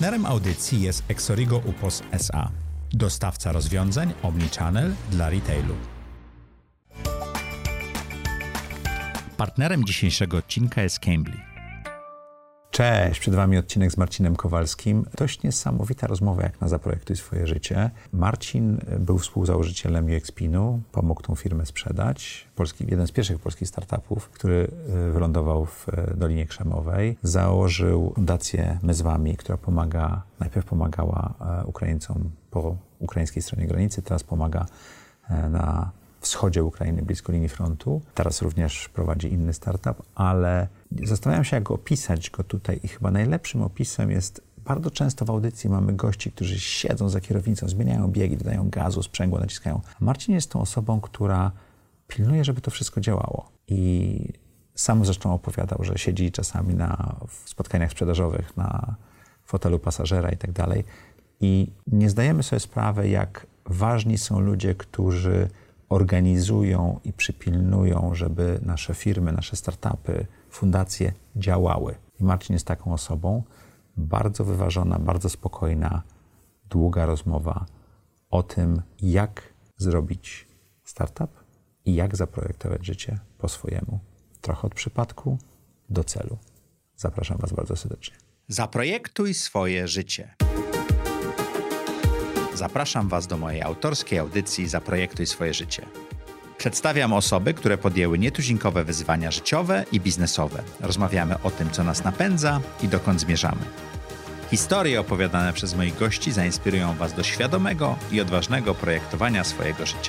Partnerem audycji jest Exorigo UPOS S.A., dostawca rozwiązań Omnichannel dla retailu. Partnerem dzisiejszego odcinka jest Cambly. Cześć, przed Wami odcinek z Marcinem Kowalskim. Dość niesamowita rozmowa jak na Zaprojektuj swoje życie. Marcin był współzałożycielem UXPIN-u, pomógł tą firmę sprzedać. Jeden z pierwszych polskich startupów, który wylądował w Dolinie Krzemowej. Założył fundację My z Wami, która najpierw pomagała Ukraińcom po ukraińskiej stronie granicy, teraz pomaga na wschodzie Ukrainy, blisko linii frontu. Teraz również prowadzi inny startup, ale zastanawiam się, jak opisać go tutaj i chyba najlepszym opisem jest, bardzo często w audycji mamy gości, którzy siedzą za kierownicą, zmieniają biegi, dodają gazu, sprzęgło, naciskają. Marcin jest tą osobą, która pilnuje, żeby to wszystko działało. I sam zresztą opowiadał, że siedzi czasami w spotkaniach sprzedażowych na fotelu pasażera i tak dalej. I nie zdajemy sobie sprawy, jak ważni są ludzie, którzy organizują i przypilnują, żeby nasze firmy, nasze startupy, fundacje działały. I Marcin jest taką osobą, bardzo wyważona, bardzo spokojna, długa rozmowa o tym, jak zrobić startup i jak zaprojektować życie po swojemu. Trochę od przypadku do celu. Zapraszam Was bardzo serdecznie. Zaprojektuj swoje życie. Zapraszam Was do mojej autorskiej audycji Zaprojektuj swoje życie. Przedstawiam osoby, które podjęły nietuzinkowe wyzwania życiowe i biznesowe. Rozmawiamy o tym, co nas napędza i dokąd zmierzamy. Historie opowiadane przez moich gości zainspirują Was do świadomego i odważnego projektowania swojego życia.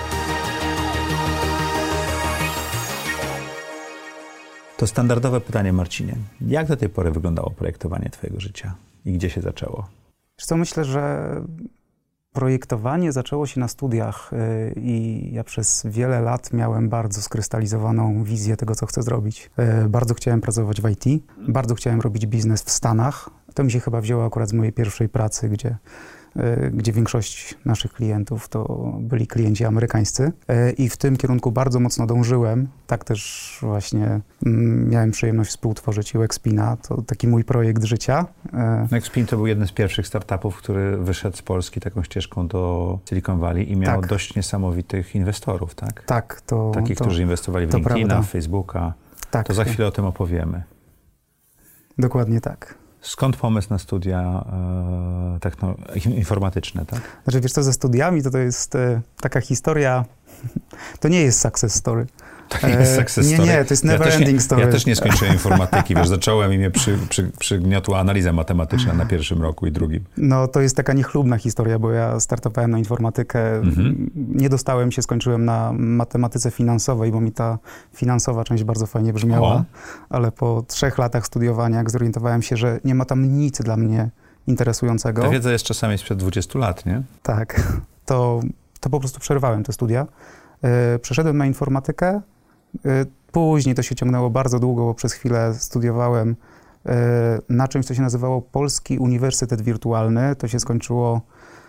To standardowe pytanie, Marcinie. Jak do tej pory wyglądało projektowanie Twojego życia i gdzie się zaczęło? Wiesz co, myślę, że projektowanie zaczęło się na studiach i ja przez wiele lat miałem bardzo skrystalizowaną wizję tego, co chcę zrobić. Bardzo chciałem pracować w IT, bardzo chciałem robić biznes w Stanach. To mi się chyba wzięło akurat z mojej pierwszej pracy, gdzie większość naszych klientów to byli klienci amerykańscy i w tym kierunku bardzo mocno dążyłem. Tak też właśnie miałem przyjemność współtworzyć UXPIN-a, to taki mój projekt życia. UXPIN to był jeden z pierwszych startupów, który wyszedł z Polski taką ścieżką do Silicon Valley i miał dość niesamowitych inwestorów, tak? Tak. Takich, którzy inwestowali w LinkedIna, w Facebooka. Tak. To za chwilę o tym opowiemy. Dokładnie tak. Skąd pomysł na studia informatyczne, tak? Znaczy, wiesz co, ze studiami to jest taka historia, to nie jest success story. To nie jest success story? Nie, to jest never ending story. Ja też nie skończyłem informatyki, wiesz, zacząłem i mnie przygniotła analiza matematyczna na pierwszym roku i drugim. No, to jest taka niechlubna historia, bo ja startowałem na informatykę, nie dostałem się, skończyłem na matematyce finansowej, bo mi ta finansowa część bardzo fajnie brzmiała, ale po 3 latach studiowania, jak zorientowałem się, że nie ma tam nic dla mnie interesującego. Ta wiedza jest czasami sprzed 20 lat, nie? Tak, to po prostu przerwałem te studia. Przeszedłem na informatykę. Później to się ciągnęło bardzo długo, bo przez chwilę studiowałem na czymś, co się nazywało Polski Uniwersytet Wirtualny. To się skończyło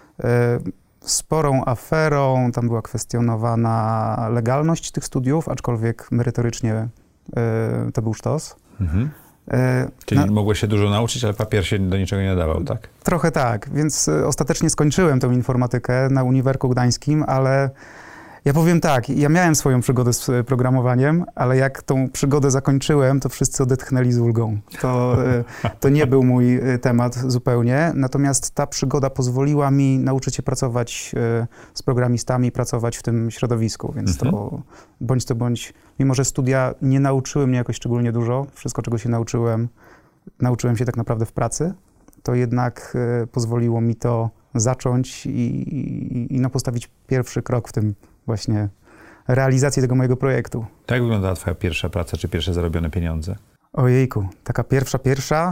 sporą aferą, tam była kwestionowana legalność tych studiów, aczkolwiek merytorycznie to był sztos. Czyli mogłeś się dużo nauczyć, ale papier się do niczego nie nadawał, tak? Trochę tak, więc ostatecznie skończyłem tą informatykę na Uniwerku Gdańskim, ale ja powiem tak, ja miałem swoją przygodę z programowaniem, ale jak tą przygodę zakończyłem, to wszyscy odetchnęli z ulgą. To nie był mój temat zupełnie, natomiast ta przygoda pozwoliła mi nauczyć się pracować z programistami, pracować w tym środowisku, więc to bądź, mimo że studia nie nauczyły mnie jakoś szczególnie dużo, wszystko czego się nauczyłem się tak naprawdę w pracy, to jednak pozwoliło mi to zacząć i postawić pierwszy krok w tym właśnie realizacji tego mojego projektu. Jak wyglądała twoja pierwsza praca, czy pierwsze zarobione pieniądze? Ojejku, taka pierwsza,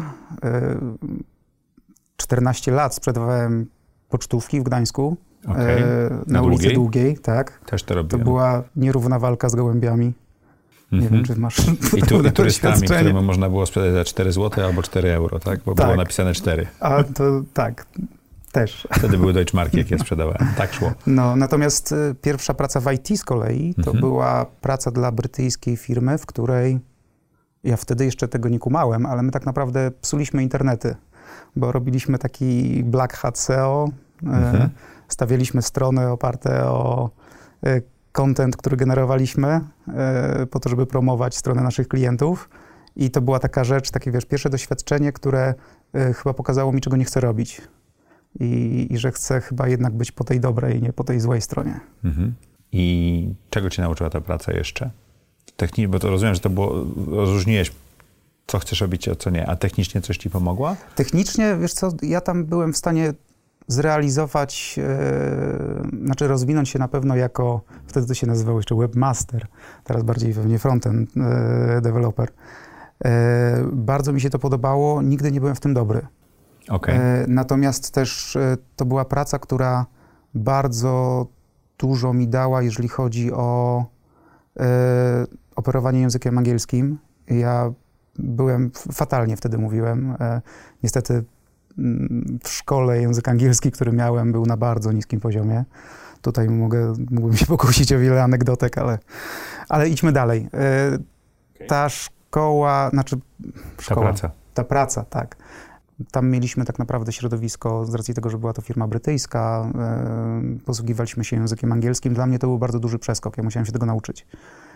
14 lat sprzedawałem pocztówki w Gdańsku, na ulicy Długiej, tak. Też to robiłem. To była nierówna walka z gołębiami. Nie wiem, czy masz I turystami, którym można było sprzedać za 4 zł albo 4 euro, tak? Bo było napisane 4. A to tak. Też. Wtedy były Deutschmarki, jak ja sprzedawałem. Tak szło. No, natomiast pierwsza praca w IT z kolei to była praca dla brytyjskiej firmy, w której ja wtedy jeszcze tego nie kumałem, ale my tak naprawdę psuliśmy internety. bo robiliśmy taki Black Hat SEO, stawialiśmy strony oparte o content, który generowaliśmy po to, żeby promować stronę naszych klientów. I to była taka rzecz, takie wiesz, pierwsze doświadczenie, które chyba pokazało mi, czego nie chcę robić. I że chcę chyba jednak być po tej dobrej, nie po tej złej stronie. I czego cię nauczyła ta praca jeszcze? Technicznie, bo to rozumiem, że to było, rozróżniłeś, co chcesz robić, a co nie, a technicznie coś ci pomogła? Technicznie, wiesz co, ja tam byłem w stanie zrealizować, znaczy rozwinąć się na pewno jako, wtedy to się nazywało jeszcze webmaster, teraz bardziej pewnie frontend developer. Bardzo mi się to podobało, nigdy nie byłem w tym dobry. Okay. Natomiast też to była praca, która bardzo dużo mi dała, jeżeli chodzi o operowanie językiem angielskim. Ja byłem, fatalnie wtedy mówiłem. Niestety w szkole język angielski, który miałem, był na bardzo niskim poziomie. Tutaj mógłbym się pokusić o wiele anegdotek, ale idźmy dalej. Ta szkoła, znaczy szkoła, ta praca, tak. Tam mieliśmy tak naprawdę środowisko, z racji tego, że była to firma brytyjska, posługiwaliśmy się językiem angielskim. Dla mnie to był bardzo duży przeskok, ja musiałem się tego nauczyć.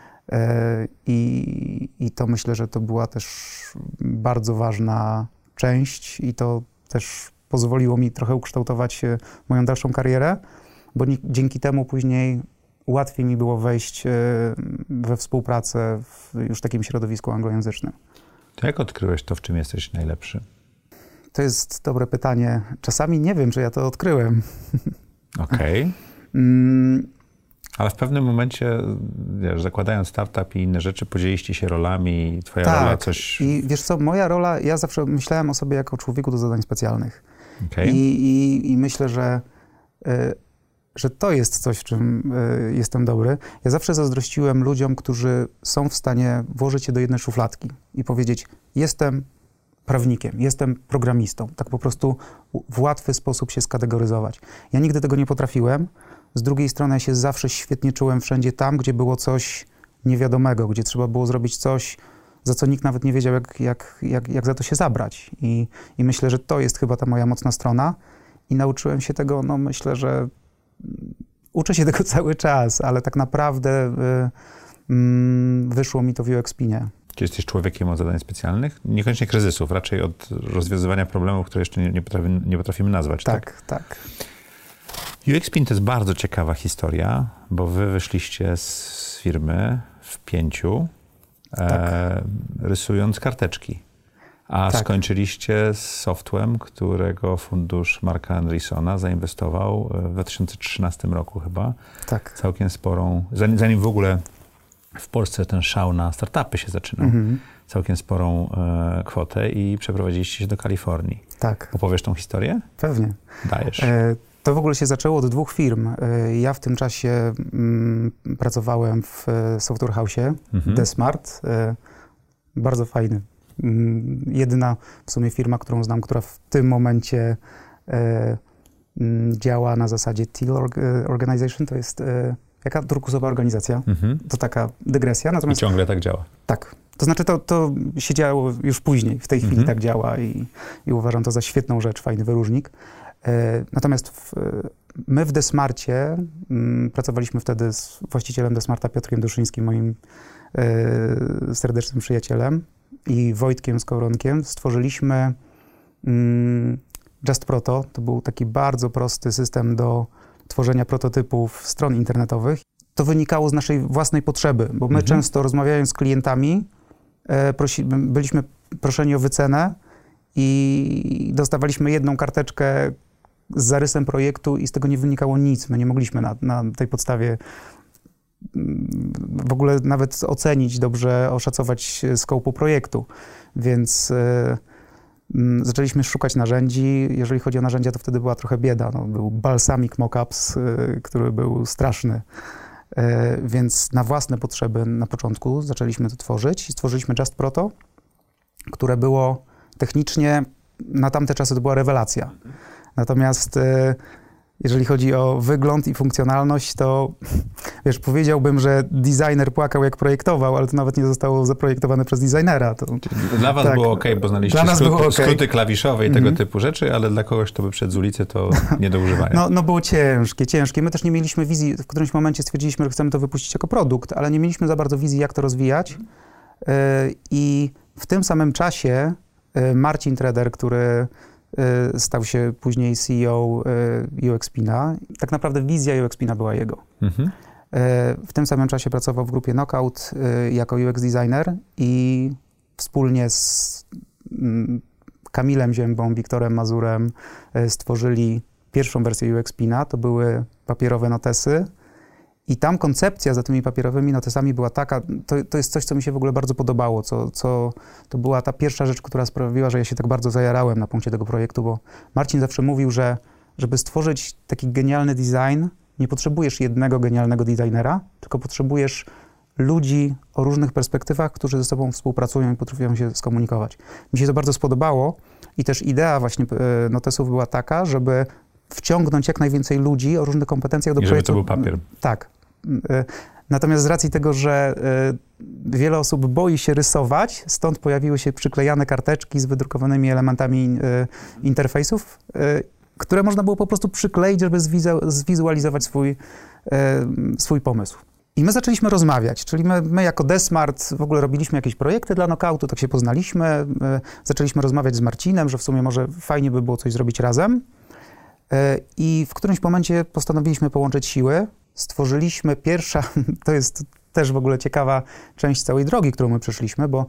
I to myślę, że to była też bardzo ważna część i to też pozwoliło mi trochę ukształtować moją dalszą karierę, bo dzięki temu później łatwiej mi było wejść we współpracę w już takim środowisku anglojęzycznym. To jak odkryłeś to, w czym jesteś najlepszy? To jest dobre pytanie. Czasami nie wiem, czy ja to odkryłem. Okej. Ale w pewnym momencie, wiesz, zakładając startup i inne rzeczy, podzieliście się rolami i twoja rola coś... I wiesz co, moja rola, ja zawsze myślałem o sobie jako człowieku do zadań specjalnych. Okay. I myślę, że to jest coś, w czym jestem dobry. Ja zawsze zazdrościłem ludziom, którzy są w stanie włożyć się do jednej szufladki i powiedzieć, jestem prawnikiem, jestem programistą. Tak po prostu w łatwy sposób się skategoryzować. Ja nigdy tego nie potrafiłem. Z drugiej strony ja się zawsze świetnie czułem wszędzie tam, gdzie było coś niewiadomego, gdzie trzeba było zrobić coś, za co nikt nawet nie wiedział, jak za to się zabrać. I myślę, że to jest chyba ta moja mocna strona. I nauczyłem się tego, no myślę, że uczę się tego cały czas, ale tak naprawdę wyszło mi to w UXP-nie. Czy jesteś człowiekiem od zadań specjalnych? Niekoniecznie kryzysów, raczej od rozwiązywania problemów, które jeszcze nie potrafimy nazwać, tak? Tak. UXP to jest bardzo ciekawa historia, bo wy wyszliście z firmy w 5, rysując karteczki, a skończyliście z softwarem, którego fundusz Marka Andreessona zainwestował w 2013 roku chyba. Tak. Całkiem sporą, zanim w ogóle w Polsce ten szał na startupy się zaczynał, całkiem sporą kwotę i przeprowadziliście się do Kalifornii. Tak. Opowiesz tą historię? Pewnie. Dajesz. To w ogóle się zaczęło od 2 firm. Ja w tym czasie pracowałem w Software House'ie, Desmart. Bardzo fajny. Jedyna w sumie firma, którą znam, która w tym momencie działa na zasadzie Teal Organization. To jest jaka turkusowa organizacja. To taka dygresja. Natomiast, i ciągle tak działa. Tak. To znaczy to się działo już później. W tej chwili tak działa i uważam to za świetną rzecz, fajny wyróżnik. Natomiast my w Desmarcie pracowaliśmy wtedy z właścicielem Desmarta, Piotrkiem Duszyńskim, moim serdecznym przyjacielem, i Wojtkiem Skowronkiem. Stworzyliśmy Just Proto. To był taki bardzo prosty system do tworzenia prototypów stron internetowych. To wynikało z naszej własnej potrzeby, bo my często rozmawiając z klientami byliśmy proszeni o wycenę i dostawaliśmy jedną karteczkę z zarysem projektu i z tego nie wynikało nic. My nie mogliśmy na tej podstawie w ogóle nawet ocenić, dobrze oszacować scope'u projektu. Więc zaczęliśmy szukać narzędzi. Jeżeli chodzi o narzędzia, to wtedy była trochę bieda. Był Balsamic Mockups, który był straszny. Więc na własne potrzeby na początku zaczęliśmy to tworzyć i stworzyliśmy Just Proto, które było technicznie, na tamte czasy to była rewelacja. Natomiast Jeżeli chodzi o wygląd i funkcjonalność, to wiesz, powiedziałbym, że designer płakał jak projektował, ale to nawet nie zostało zaprojektowane przez designera. Dla was było ok, bo znaliście skróty klawiszowe i tego typu rzeczy, ale dla kogoś, kto by wszedł z ulicy, to nie do używania. No było ciężkie. My też nie mieliśmy wizji, w którymś momencie stwierdziliśmy, że chcemy to wypuścić jako produkt, ale nie mieliśmy za bardzo wizji, jak to rozwijać. I w tym samym czasie Marcin Treder, który stał się później CEO UXPina. Tak naprawdę wizja UXPina była jego. W tym samym czasie pracował w grupie Knockout jako UX designer i wspólnie z Kamilem Ziębą, Wiktorem Mazurem stworzyli pierwszą wersję UXPina. To były papierowe notesy. I tam koncepcja za tymi papierowymi notesami była taka, to jest coś, co mi się w ogóle bardzo podobało, to była ta pierwsza rzecz, która sprawiła, że ja się tak bardzo zajarałem na punkcie tego projektu, bo Marcin zawsze mówił, że żeby stworzyć taki genialny design, nie potrzebujesz jednego genialnego designera, tylko potrzebujesz ludzi o różnych perspektywach, którzy ze sobą współpracują i potrafią się skomunikować. Mi się to bardzo spodobało i też idea właśnie notesów była taka, żeby wciągnąć jak najwięcej ludzi o różnych kompetencjach do projektu. Żeby to był papier. Tak. Natomiast z racji tego, że wiele osób boi się rysować, stąd pojawiły się przyklejane karteczki z wydrukowanymi elementami interfejsów, które można było po prostu przykleić, żeby zwizualizować swój pomysł. I my zaczęliśmy rozmawiać, czyli my jako Desmart w ogóle robiliśmy jakieś projekty dla Knockoutu, tak się poznaliśmy, zaczęliśmy rozmawiać z Marcinem, że w sumie może fajnie by było coś zrobić razem. I w którymś momencie postanowiliśmy połączyć siły. Stworzyliśmy to jest też w ogóle ciekawa część całej drogi, którą my przeszliśmy, bo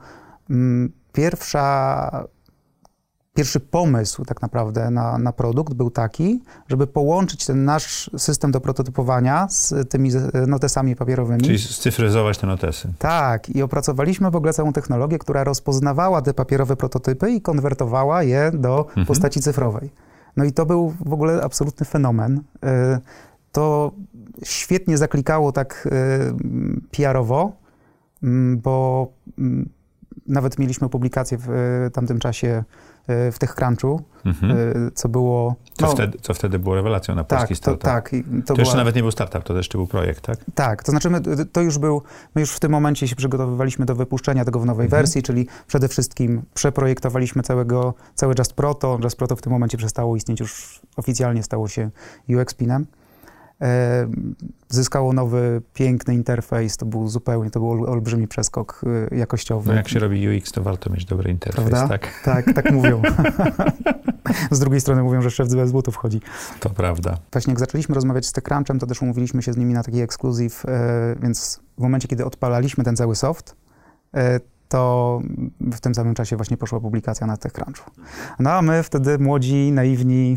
pierwszy pomysł tak naprawdę na produkt był taki, żeby połączyć ten nasz system do prototypowania z tymi notesami papierowymi. Czyli scyfryzować te notesy. Tak, i opracowaliśmy w ogóle całą technologię, która rozpoznawała te papierowe prototypy i konwertowała je do postaci cyfrowej. No i to był w ogóle absolutny fenomen. To świetnie zaklikało tak PR-owo, bo nawet mieliśmy publikację w tamtym czasie w TechCrunchu, co było... Co wtedy było rewelacją na polski startup. Tak. To jeszcze nawet nie był startup, to jeszcze był projekt, tak? Tak, to znaczy my już w tym momencie się przygotowywaliśmy do wypuszczenia tego w nowej wersji, czyli przede wszystkim przeprojektowaliśmy cały Just Proto. Just Proto w tym momencie przestało istnieć, już oficjalnie stało się UXPinem. Zyskało nowy, piękny interfejs, to był olbrzymi przeskok jakościowy. No jak się robi UX, to warto mieć dobry interfejs, prawda? tak? Tak mówią. Z drugiej strony mówią, że szef bez butów chodzi. To prawda. Właśnie jak zaczęliśmy rozmawiać z TechCrunchem, to też umówiliśmy się z nimi na taki ekskluzyw, więc w momencie, kiedy odpalaliśmy ten cały soft, to w tym samym czasie właśnie poszła publikacja na TechCrunchu. No a my wtedy młodzi, naiwni,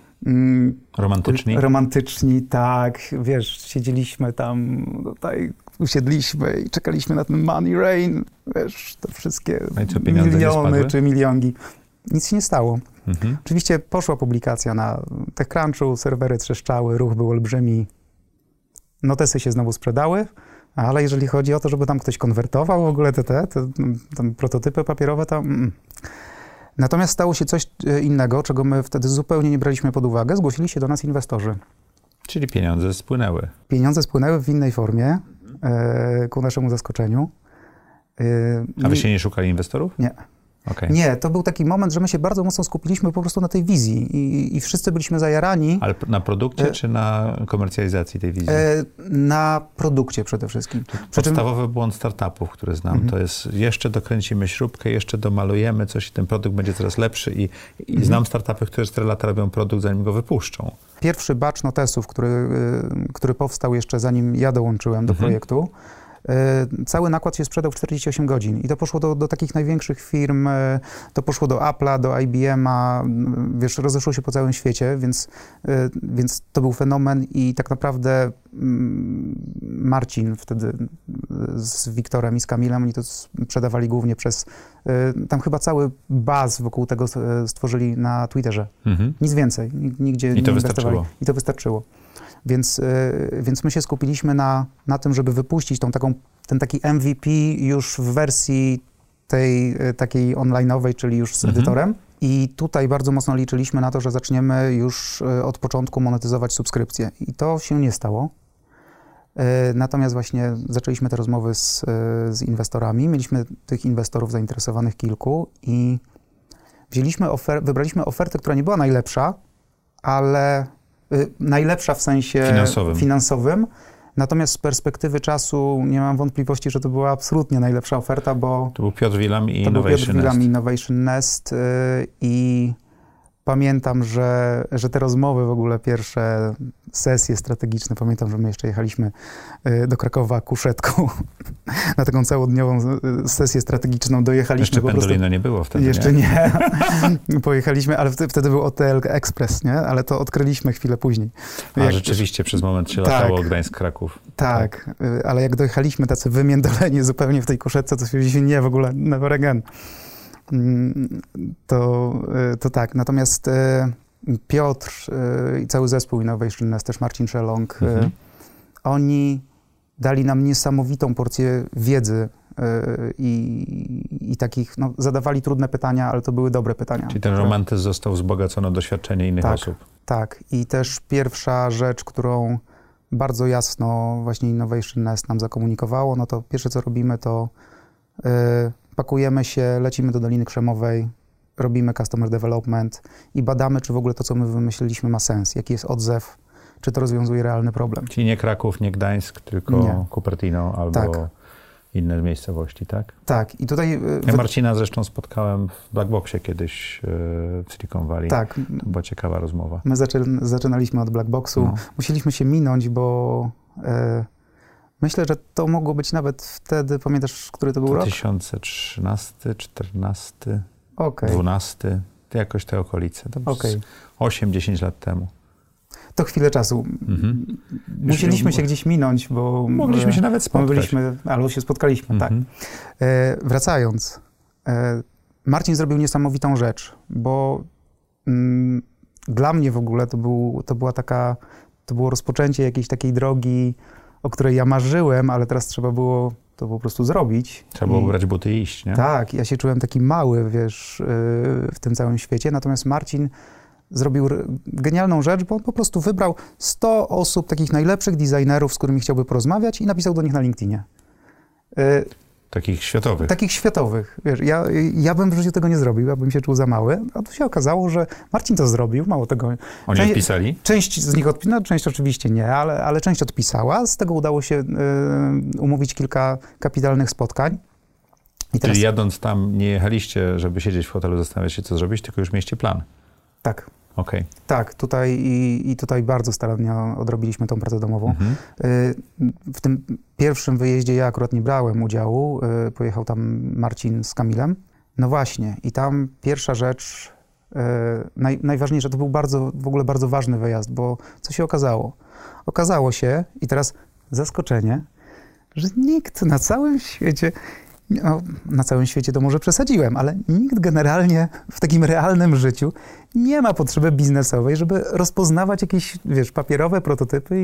romantyczni, tak, wiesz, siedzieliśmy tam, tutaj usiedliśmy i czekaliśmy na ten money rain, wiesz, te wszystkie miliony czy miliongi. Nic się nie stało. Oczywiście poszła publikacja na TechCrunchu, serwery trzeszczały, ruch był olbrzymi, notesy się znowu sprzedały, ale jeżeli chodzi o to, żeby tam ktoś konwertował w ogóle te prototypy papierowe, to... Natomiast stało się coś innego, czego my wtedy zupełnie nie braliśmy pod uwagę. Zgłosili się do nas inwestorzy. Czyli pieniądze spłynęły. Pieniądze spłynęły w innej formie, ku naszemu zaskoczeniu. A wy się nie szukali inwestorów? Nie. Okay. Nie, to był taki moment, że my się bardzo mocno skupiliśmy po prostu na tej wizji i wszyscy byliśmy zajarani. Ale na produkcie czy na komercjalizacji tej wizji? Na produkcie przede wszystkim. Podstawowy błąd startupów, który znam, to jest jeszcze dokręcimy śrubkę, jeszcze domalujemy coś i ten produkt będzie coraz lepszy i znam startupy, które 4 lata robią produkt, zanim go wypuszczą. Pierwszy batch notesów, który powstał jeszcze zanim ja dołączyłem do projektu, cały nakład się sprzedał w 48 godzin i to poszło do takich największych firm, to poszło do Apple'a, do IBM-a, wiesz, rozeszło się po całym świecie, więc to był fenomen i tak naprawdę Marcin wtedy z Wiktorem i z Kamilem, oni to sprzedawali głównie tam chyba cały baz wokół tego stworzyli na Twitterze. Nic więcej, nigdzie nie inwestowali. I to wystarczyło. Więc my się skupiliśmy na tym, żeby wypuścić ten taki MVP już w wersji tej takiej online'owej, czyli już z edytorem. I tutaj bardzo mocno liczyliśmy na to, że zaczniemy już od początku monetyzować subskrypcje. I to się nie stało. Natomiast właśnie zaczęliśmy te rozmowy z inwestorami. Mieliśmy tych inwestorów zainteresowanych kilku i wybraliśmy ofertę, która nie była najlepsza, ale najlepsza w sensie finansowym. Natomiast z perspektywy czasu nie mam wątpliwości, że to była absolutnie najlepsza oferta, bo... To był Piotr Wilam i Innovation Nest. I pamiętam, że te rozmowy w ogóle, pierwsze sesje strategiczne, pamiętam, że my jeszcze jechaliśmy do Krakowa kuszetką na taką całodniową sesję strategiczną. Dojechaliśmy jeszcze po prostu... Pendolino nie było wtedy, jeszcze nie. Pojechaliśmy, ale wtedy był OTL Express, nie? Ale to odkryliśmy chwilę później. Rzeczywiście przez moment się latało Gdańsk-Kraków. Tak, ale jak dojechaliśmy tacy wymiędoleni zupełnie w tej kuszetce, to się nie, w ogóle never again. To tak. Natomiast Piotr i cały zespół Innovation Nest, też Marcin Szelong, oni dali nam niesamowitą porcję wiedzy i takich, no, zadawali trudne pytania, ale to były dobre pytania. Czyli ten romantyzm został wzbogacony o doświadczenie innych osób. Tak. I też pierwsza rzecz, którą bardzo jasno właśnie Innovation Nest nam zakomunikowało, no to pierwsze, co robimy, to pakujemy się, lecimy do Doliny Krzemowej, robimy customer development i badamy, czy w ogóle to, co my wymyśliliśmy, ma sens, jaki jest odzew, czy to rozwiązuje realny problem. Czyli nie Kraków, nie Gdańsk, tylko Cupertino albo inne miejscowości, tak? Tak. I tutaj... Ja Marcina zresztą spotkałem w Black Boxie kiedyś w Silicon Valley. Tak. To była ciekawa rozmowa. My zaczynaliśmy od Black Boxu. No. Musieliśmy się minąć, bo... Myślę, że to mogło być nawet wtedy, pamiętasz, który to był rok? 2013, 14, 12, jakoś te okolice. To 8-10 lat temu. To chwilę czasu. Musieliśmy się gdzieś minąć, bo... Mogliśmy się nawet spotkać. Albo się spotkaliśmy, tak. Wracając, Marcin zrobił niesamowitą rzecz, bo dla mnie w ogóle to było rozpoczęcie jakiejś takiej drogi, o której ja marzyłem, ale teraz trzeba było to po prostu zrobić. Trzeba było brać buty i iść, nie? Tak, ja się czułem taki mały, wiesz, w tym całym świecie, natomiast Marcin zrobił genialną rzecz, bo on po prostu wybrał 100 osób, takich najlepszych designerów, z którymi chciałby porozmawiać i napisał do nich na LinkedInie. Takich światowych. Takich światowych. Wiesz, ja bym w życiu tego nie zrobił, ja bym się czuł za mały, a tu się okazało, że Marcin to zrobił, mało tego. Oni odpisali? Część z nich odpisała, część oczywiście nie, ale część odpisała. Z tego udało się umówić kilka kapitalnych spotkań. Czyli jadąc tam nie jechaliście, żeby siedzieć w hotelu, zastanawiać się, co zrobić, tylko już mieliście plan. Tak. Okay. Tak, tutaj bardzo starannie odrobiliśmy tą pracę domową. W tym pierwszym wyjeździe ja akurat nie brałem udziału, pojechał tam Marcin z Kamilem. No właśnie, i tam pierwsza rzecz, najważniejsza, to był w ogóle bardzo ważny wyjazd, bo co się okazało? Okazało się, i teraz zaskoczenie, że nikt na całym świecie, no, na całym świecie to może przesadziłem, ale nikt generalnie w takim realnym życiu nie ma potrzeby biznesowej, żeby rozpoznawać jakieś, wiesz, papierowe prototypy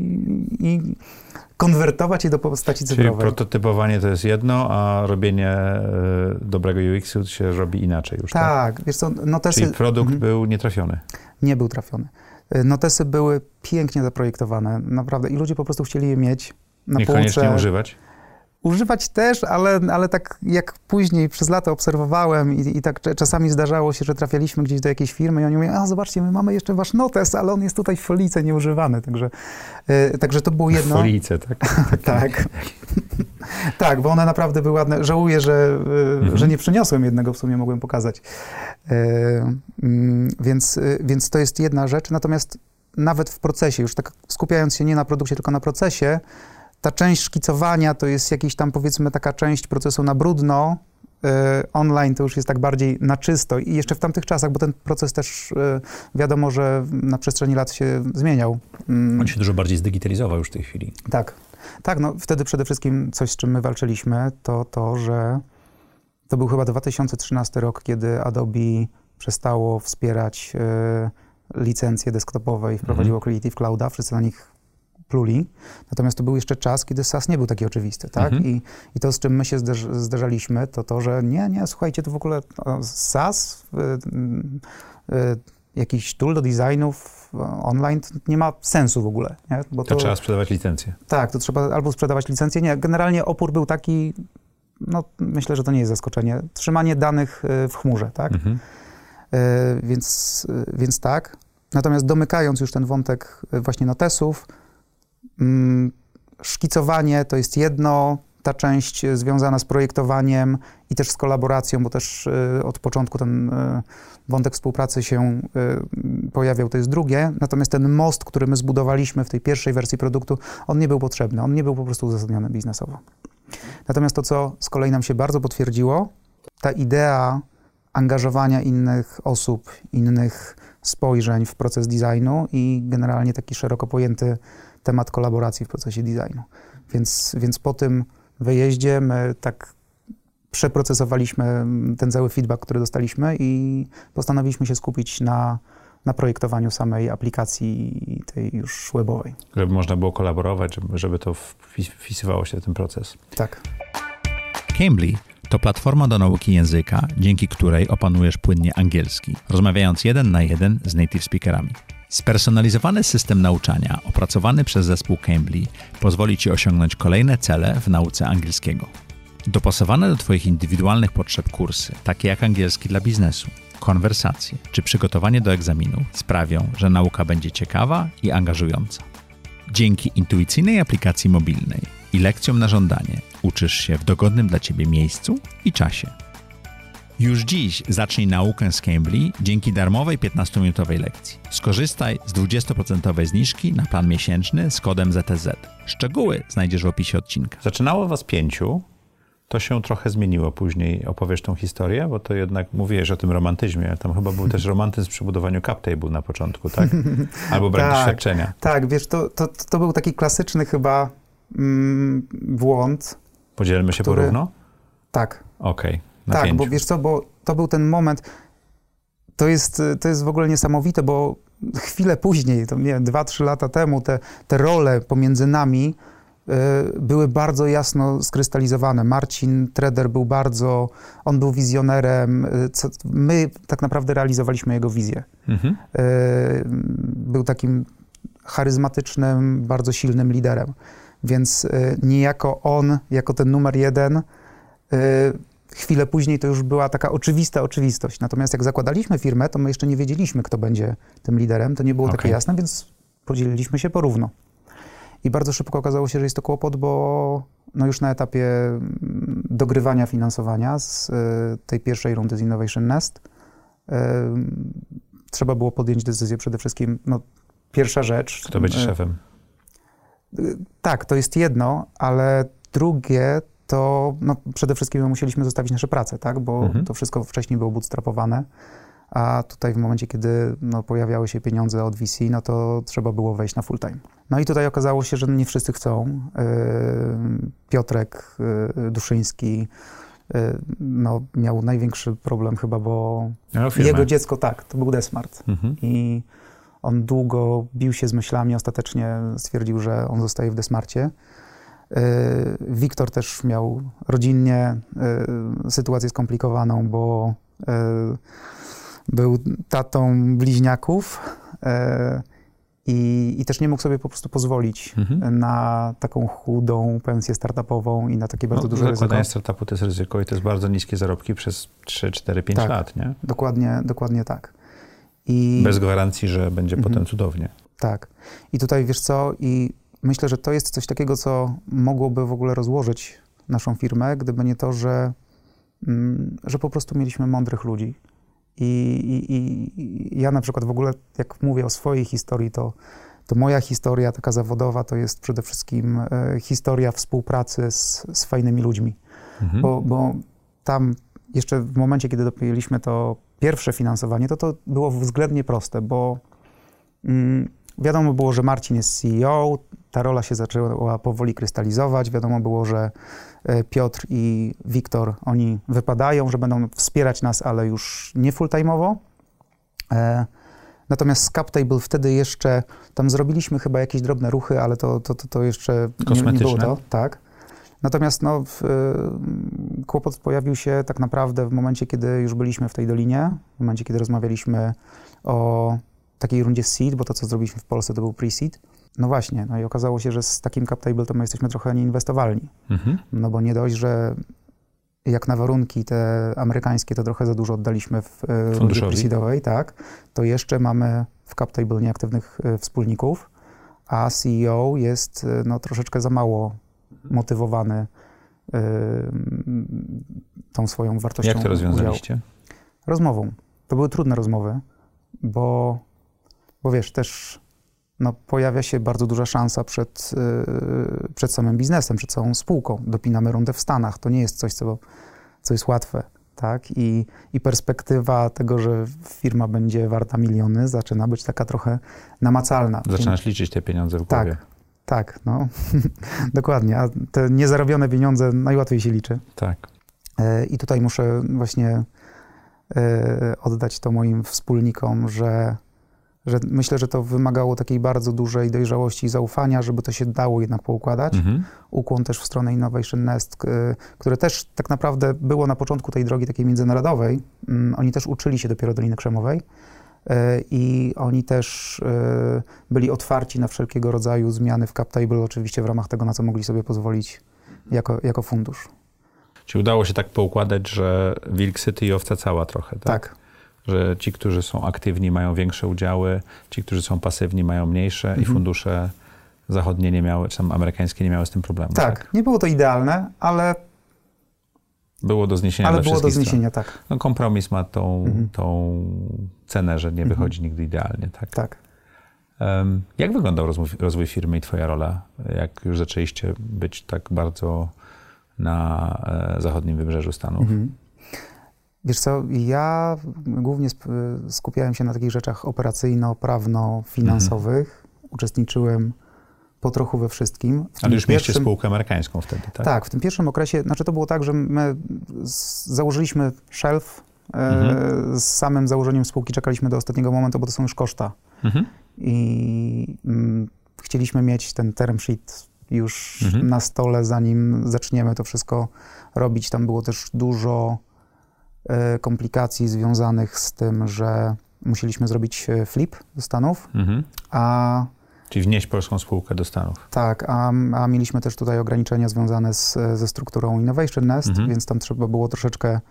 i konwertować je do postaci cyfrowej. Czyli prototypowanie to jest jedno, a robienie dobrego UX-u się robi inaczej już, tak? Tak, wiesz co, notesy... Czyli produkt był nietrafiony. Nie był trafiony. Notesy były pięknie zaprojektowane, naprawdę, i ludzie po prostu chcieli je mieć na półce. Niekoniecznie używać? Używać też, ale tak jak później przez lata obserwowałem i tak czasami zdarzało się, że trafialiśmy gdzieś do jakiejś firmy i oni mówią, a zobaczcie, my mamy jeszcze wasz notes, ale on jest tutaj w folice nieużywany, także to było jedno. Folice, tak? Tak. Tak, bo one naprawdę były ładne. Żałuję, że nie przyniosłem jednego, w sumie mogłem pokazać. Więc to jest jedna rzecz, natomiast nawet w procesie, już tak skupiając się nie na produkcie, tylko na procesie, ta część szkicowania to jest jakiś tam, powiedzmy, taka część procesu na brudno, online to już jest tak bardziej na czysto i jeszcze w tamtych czasach, bo ten proces też wiadomo, że na przestrzeni lat się zmieniał. On się dużo bardziej zdigitalizował już w tej chwili. Tak, no wtedy przede wszystkim coś, z czym my walczyliśmy, to, że to był chyba 2013 rok, kiedy Adobe przestało wspierać licencje desktopowe i wprowadziło Creative Clouda. Wszyscy na nich pluli. Natomiast to był jeszcze czas, kiedy SaaS nie był taki oczywisty, tak? I to, z czym my się zderzaliśmy, to, że nie, słuchajcie, to w ogóle SaaS, jakiś tool do designów online, to nie ma sensu w ogóle. Nie? Bo to trzeba sprzedawać licencję. Tak, to trzeba albo sprzedawać licencję. Nie, generalnie opór był taki, no myślę, że to nie jest zaskoczenie, trzymanie danych w chmurze, tak? Więc tak. Natomiast domykając już ten wątek właśnie notesów, szkicowanie to jest jedno, ta część związana z projektowaniem i też z kolaboracją, bo też od początku ten wątek współpracy się pojawiał, to jest drugie. Natomiast ten most, który my zbudowaliśmy w tej pierwszej wersji produktu, on nie był potrzebny, on nie był po prostu uzasadniony biznesowo. Natomiast to, co z kolei nam się bardzo potwierdziło, ta idea angażowania innych osób, innych spojrzeń w proces designu i generalnie taki szeroko pojęty temat kolaboracji w procesie designu. Więc po tym wyjeździe my tak przeprocesowaliśmy ten cały feedback, który dostaliśmy i postanowiliśmy się skupić na projektowaniu samej aplikacji tej już webowej. Żeby można było kolaborować, żeby to wpisywało się w ten proces. Tak. Cambly to platforma do nauki języka, dzięki której opanujesz płynnie angielski, rozmawiając 1 na 1 z native speakerami. Spersonalizowany system nauczania opracowany przez zespół Cambly pozwoli Ci osiągnąć kolejne cele w nauce angielskiego. Dopasowane do Twoich indywidualnych potrzeb kursy, takie jak angielski dla biznesu, konwersacje czy przygotowanie do egzaminu sprawią, że nauka będzie ciekawa i angażująca. Dzięki intuicyjnej aplikacji mobilnej i lekcjom na żądanie uczysz się w dogodnym dla Ciebie miejscu i czasie. Już dziś zacznij naukę z Cambly dzięki darmowej 15-minutowej lekcji. Skorzystaj z 20% zniżki na plan miesięczny z kodem ZTZ. Szczegóły znajdziesz w opisie odcinka. Zaczynało was 5, to się trochę zmieniło później. Opowiesz tą historię, bo to jednak mówiłeś o tym romantyzmie. Tam chyba był też romantyzm przy budowaniu CapTable na początku, tak? Albo brak doświadczenia. Tak, wiesz, to był taki klasyczny chyba błąd. Podzielmy się porówno? Tak. Okej. Tak, 5. bo wiesz co, bo to był ten moment, to jest w ogóle niesamowite, bo chwilę później, to nie wiem, 2-3 lata temu, te role pomiędzy nami były bardzo jasno skrystalizowane. Marcin Treder on był wizjonerem, my tak naprawdę realizowaliśmy jego wizję. Był takim charyzmatycznym, bardzo silnym liderem, więc niejako on, jako ten numer 1, chwilę później to już była taka oczywista oczywistość. Natomiast jak zakładaliśmy firmę, to my jeszcze nie wiedzieliśmy, kto będzie tym liderem. To nie było takie jasne, więc podzieliliśmy się porówno. I bardzo szybko okazało się, że jest to kłopot, bo no już na etapie dogrywania finansowania z tej pierwszej rundy z Innovation Nest trzeba było podjąć decyzję przede wszystkim, no pierwsza rzecz. Kto będzie szefem? Tak, to jest jedno, ale drugie to no, przede wszystkim musieliśmy zostawić nasze prace, tak? Bo to wszystko wcześniej było bootstrapowane, a tutaj w momencie, kiedy no, pojawiały się pieniądze od VC, no to trzeba było wejść na full time. No i tutaj okazało się, że nie wszyscy chcą. Piotrek Duszyński no, miał największy problem chyba, bo jego dziecko, tak, to był Desmart. I on długo bił się z myślami, ostatecznie stwierdził, że on zostaje w Desmarcie. Wiktor też miał rodzinnie sytuację skomplikowaną, bo był tatą bliźniaków i też nie mógł sobie po prostu pozwolić na taką chudą pensję startupową i na takie bardzo duże ryzyko. Zakładanie startupu to jest ryzyko i to jest bardzo niskie zarobki przez 3, 4, 5 lat, nie? Dokładnie tak. Bez gwarancji, że będzie potem cudownie. Tak. I tutaj wiesz co, i myślę, że to jest coś takiego, co mogłoby w ogóle rozłożyć naszą firmę, gdyby nie to, że po prostu mieliśmy mądrych ludzi. I ja na przykład w ogóle, jak mówię o swojej historii, to moja historia taka zawodowa to jest przede wszystkim historia współpracy z fajnymi ludźmi. Bo tam jeszcze w momencie, kiedy dopięliśmy to pierwsze finansowanie, to było względnie proste, bo wiadomo było, że Marcin jest CEO, ta rola się zaczęła powoli krystalizować, wiadomo było, że Piotr i Wiktor, oni wypadają, że będą wspierać nas, ale już nie full-time'owo. Natomiast z CapTable wtedy jeszcze, tam zrobiliśmy chyba jakieś drobne ruchy, ale to jeszcze nie było to. Tak. Natomiast kłopot pojawił się tak naprawdę w momencie, kiedy już byliśmy w tej dolinie, w momencie, kiedy rozmawialiśmy o takiej rundzie seed, bo to, co zrobiliśmy w Polsce, to był pre-seed. No właśnie, no i okazało się, że z takim CapTable to my jesteśmy trochę nieinwestowalni. No bo nie dość, że jak na warunki te amerykańskie, to trochę za dużo oddaliśmy w rundzie pre-seedowej, tak, to jeszcze mamy w CapTable nieaktywnych wspólników, a CEO jest troszeczkę za mało motywowany tą swoją wartością. Jak to rozwiązaliście? Udziału. Rozmową. To były trudne rozmowy, bo wiesz, też pojawia się bardzo duża szansa przed samym biznesem, przed całą spółką. Dopinamy rundę w Stanach. To nie jest coś, co jest łatwe. Tak? I perspektywa tego, że firma będzie warta miliony, zaczyna być taka trochę namacalna. Zaczynasz liczyć te pieniądze w głowie. Tak, no. Dokładnie. A te niezarobione pieniądze najłatwiej się liczy. Tak. I tutaj muszę właśnie oddać to moim wspólnikom, że myślę, że to wymagało takiej bardzo dużej dojrzałości i zaufania, żeby to się dało jednak poukładać. Ukłon też w stronę Innovation Nest, które też tak naprawdę było na początku tej drogi takiej międzynarodowej. Oni też uczyli się dopiero Doliny Krzemowej i oni też byli otwarci na wszelkiego rodzaju zmiany w CapTable, oczywiście w ramach tego, na co mogli sobie pozwolić jako fundusz. Czy udało się tak poukładać, że Wilk City i owca cała trochę, tak? Tak. Że ci, którzy są aktywni, mają większe udziały, ci, którzy są pasywni, mają mniejsze i fundusze zachodnie nie miały, czy tam amerykańskie nie miały z tym problemu. Tak, nie było to idealne, ale było do zniesienia dla wszystkich stron. Tak. No, kompromis ma tą cenę, że nie wychodzi nigdy idealnie, tak? Tak. Jak wyglądał rozwój firmy i twoja rola, jak już zaczęliście być tak bardzo na zachodnim wybrzeżu Stanów? Wiesz co, ja głównie skupiałem się na takich rzeczach operacyjno-prawno-finansowych. Uczestniczyłem po trochu we wszystkim. Ale już mieliście spółkę amerykańską wtedy, tak? Tak, w tym pierwszym okresie, to było tak, że my założyliśmy shelf, z samym założeniem spółki czekaliśmy do ostatniego momentu, bo to są już koszta. I chcieliśmy mieć ten term sheet już na stole, zanim zaczniemy to wszystko robić. Tam było też dużo komplikacji związanych z tym, że musieliśmy zrobić flip do Stanów, Czyli wnieść polską spółkę do Stanów. Tak, a mieliśmy też tutaj ograniczenia związane ze strukturą Innovation Nest, więc tam trzeba było troszeczkę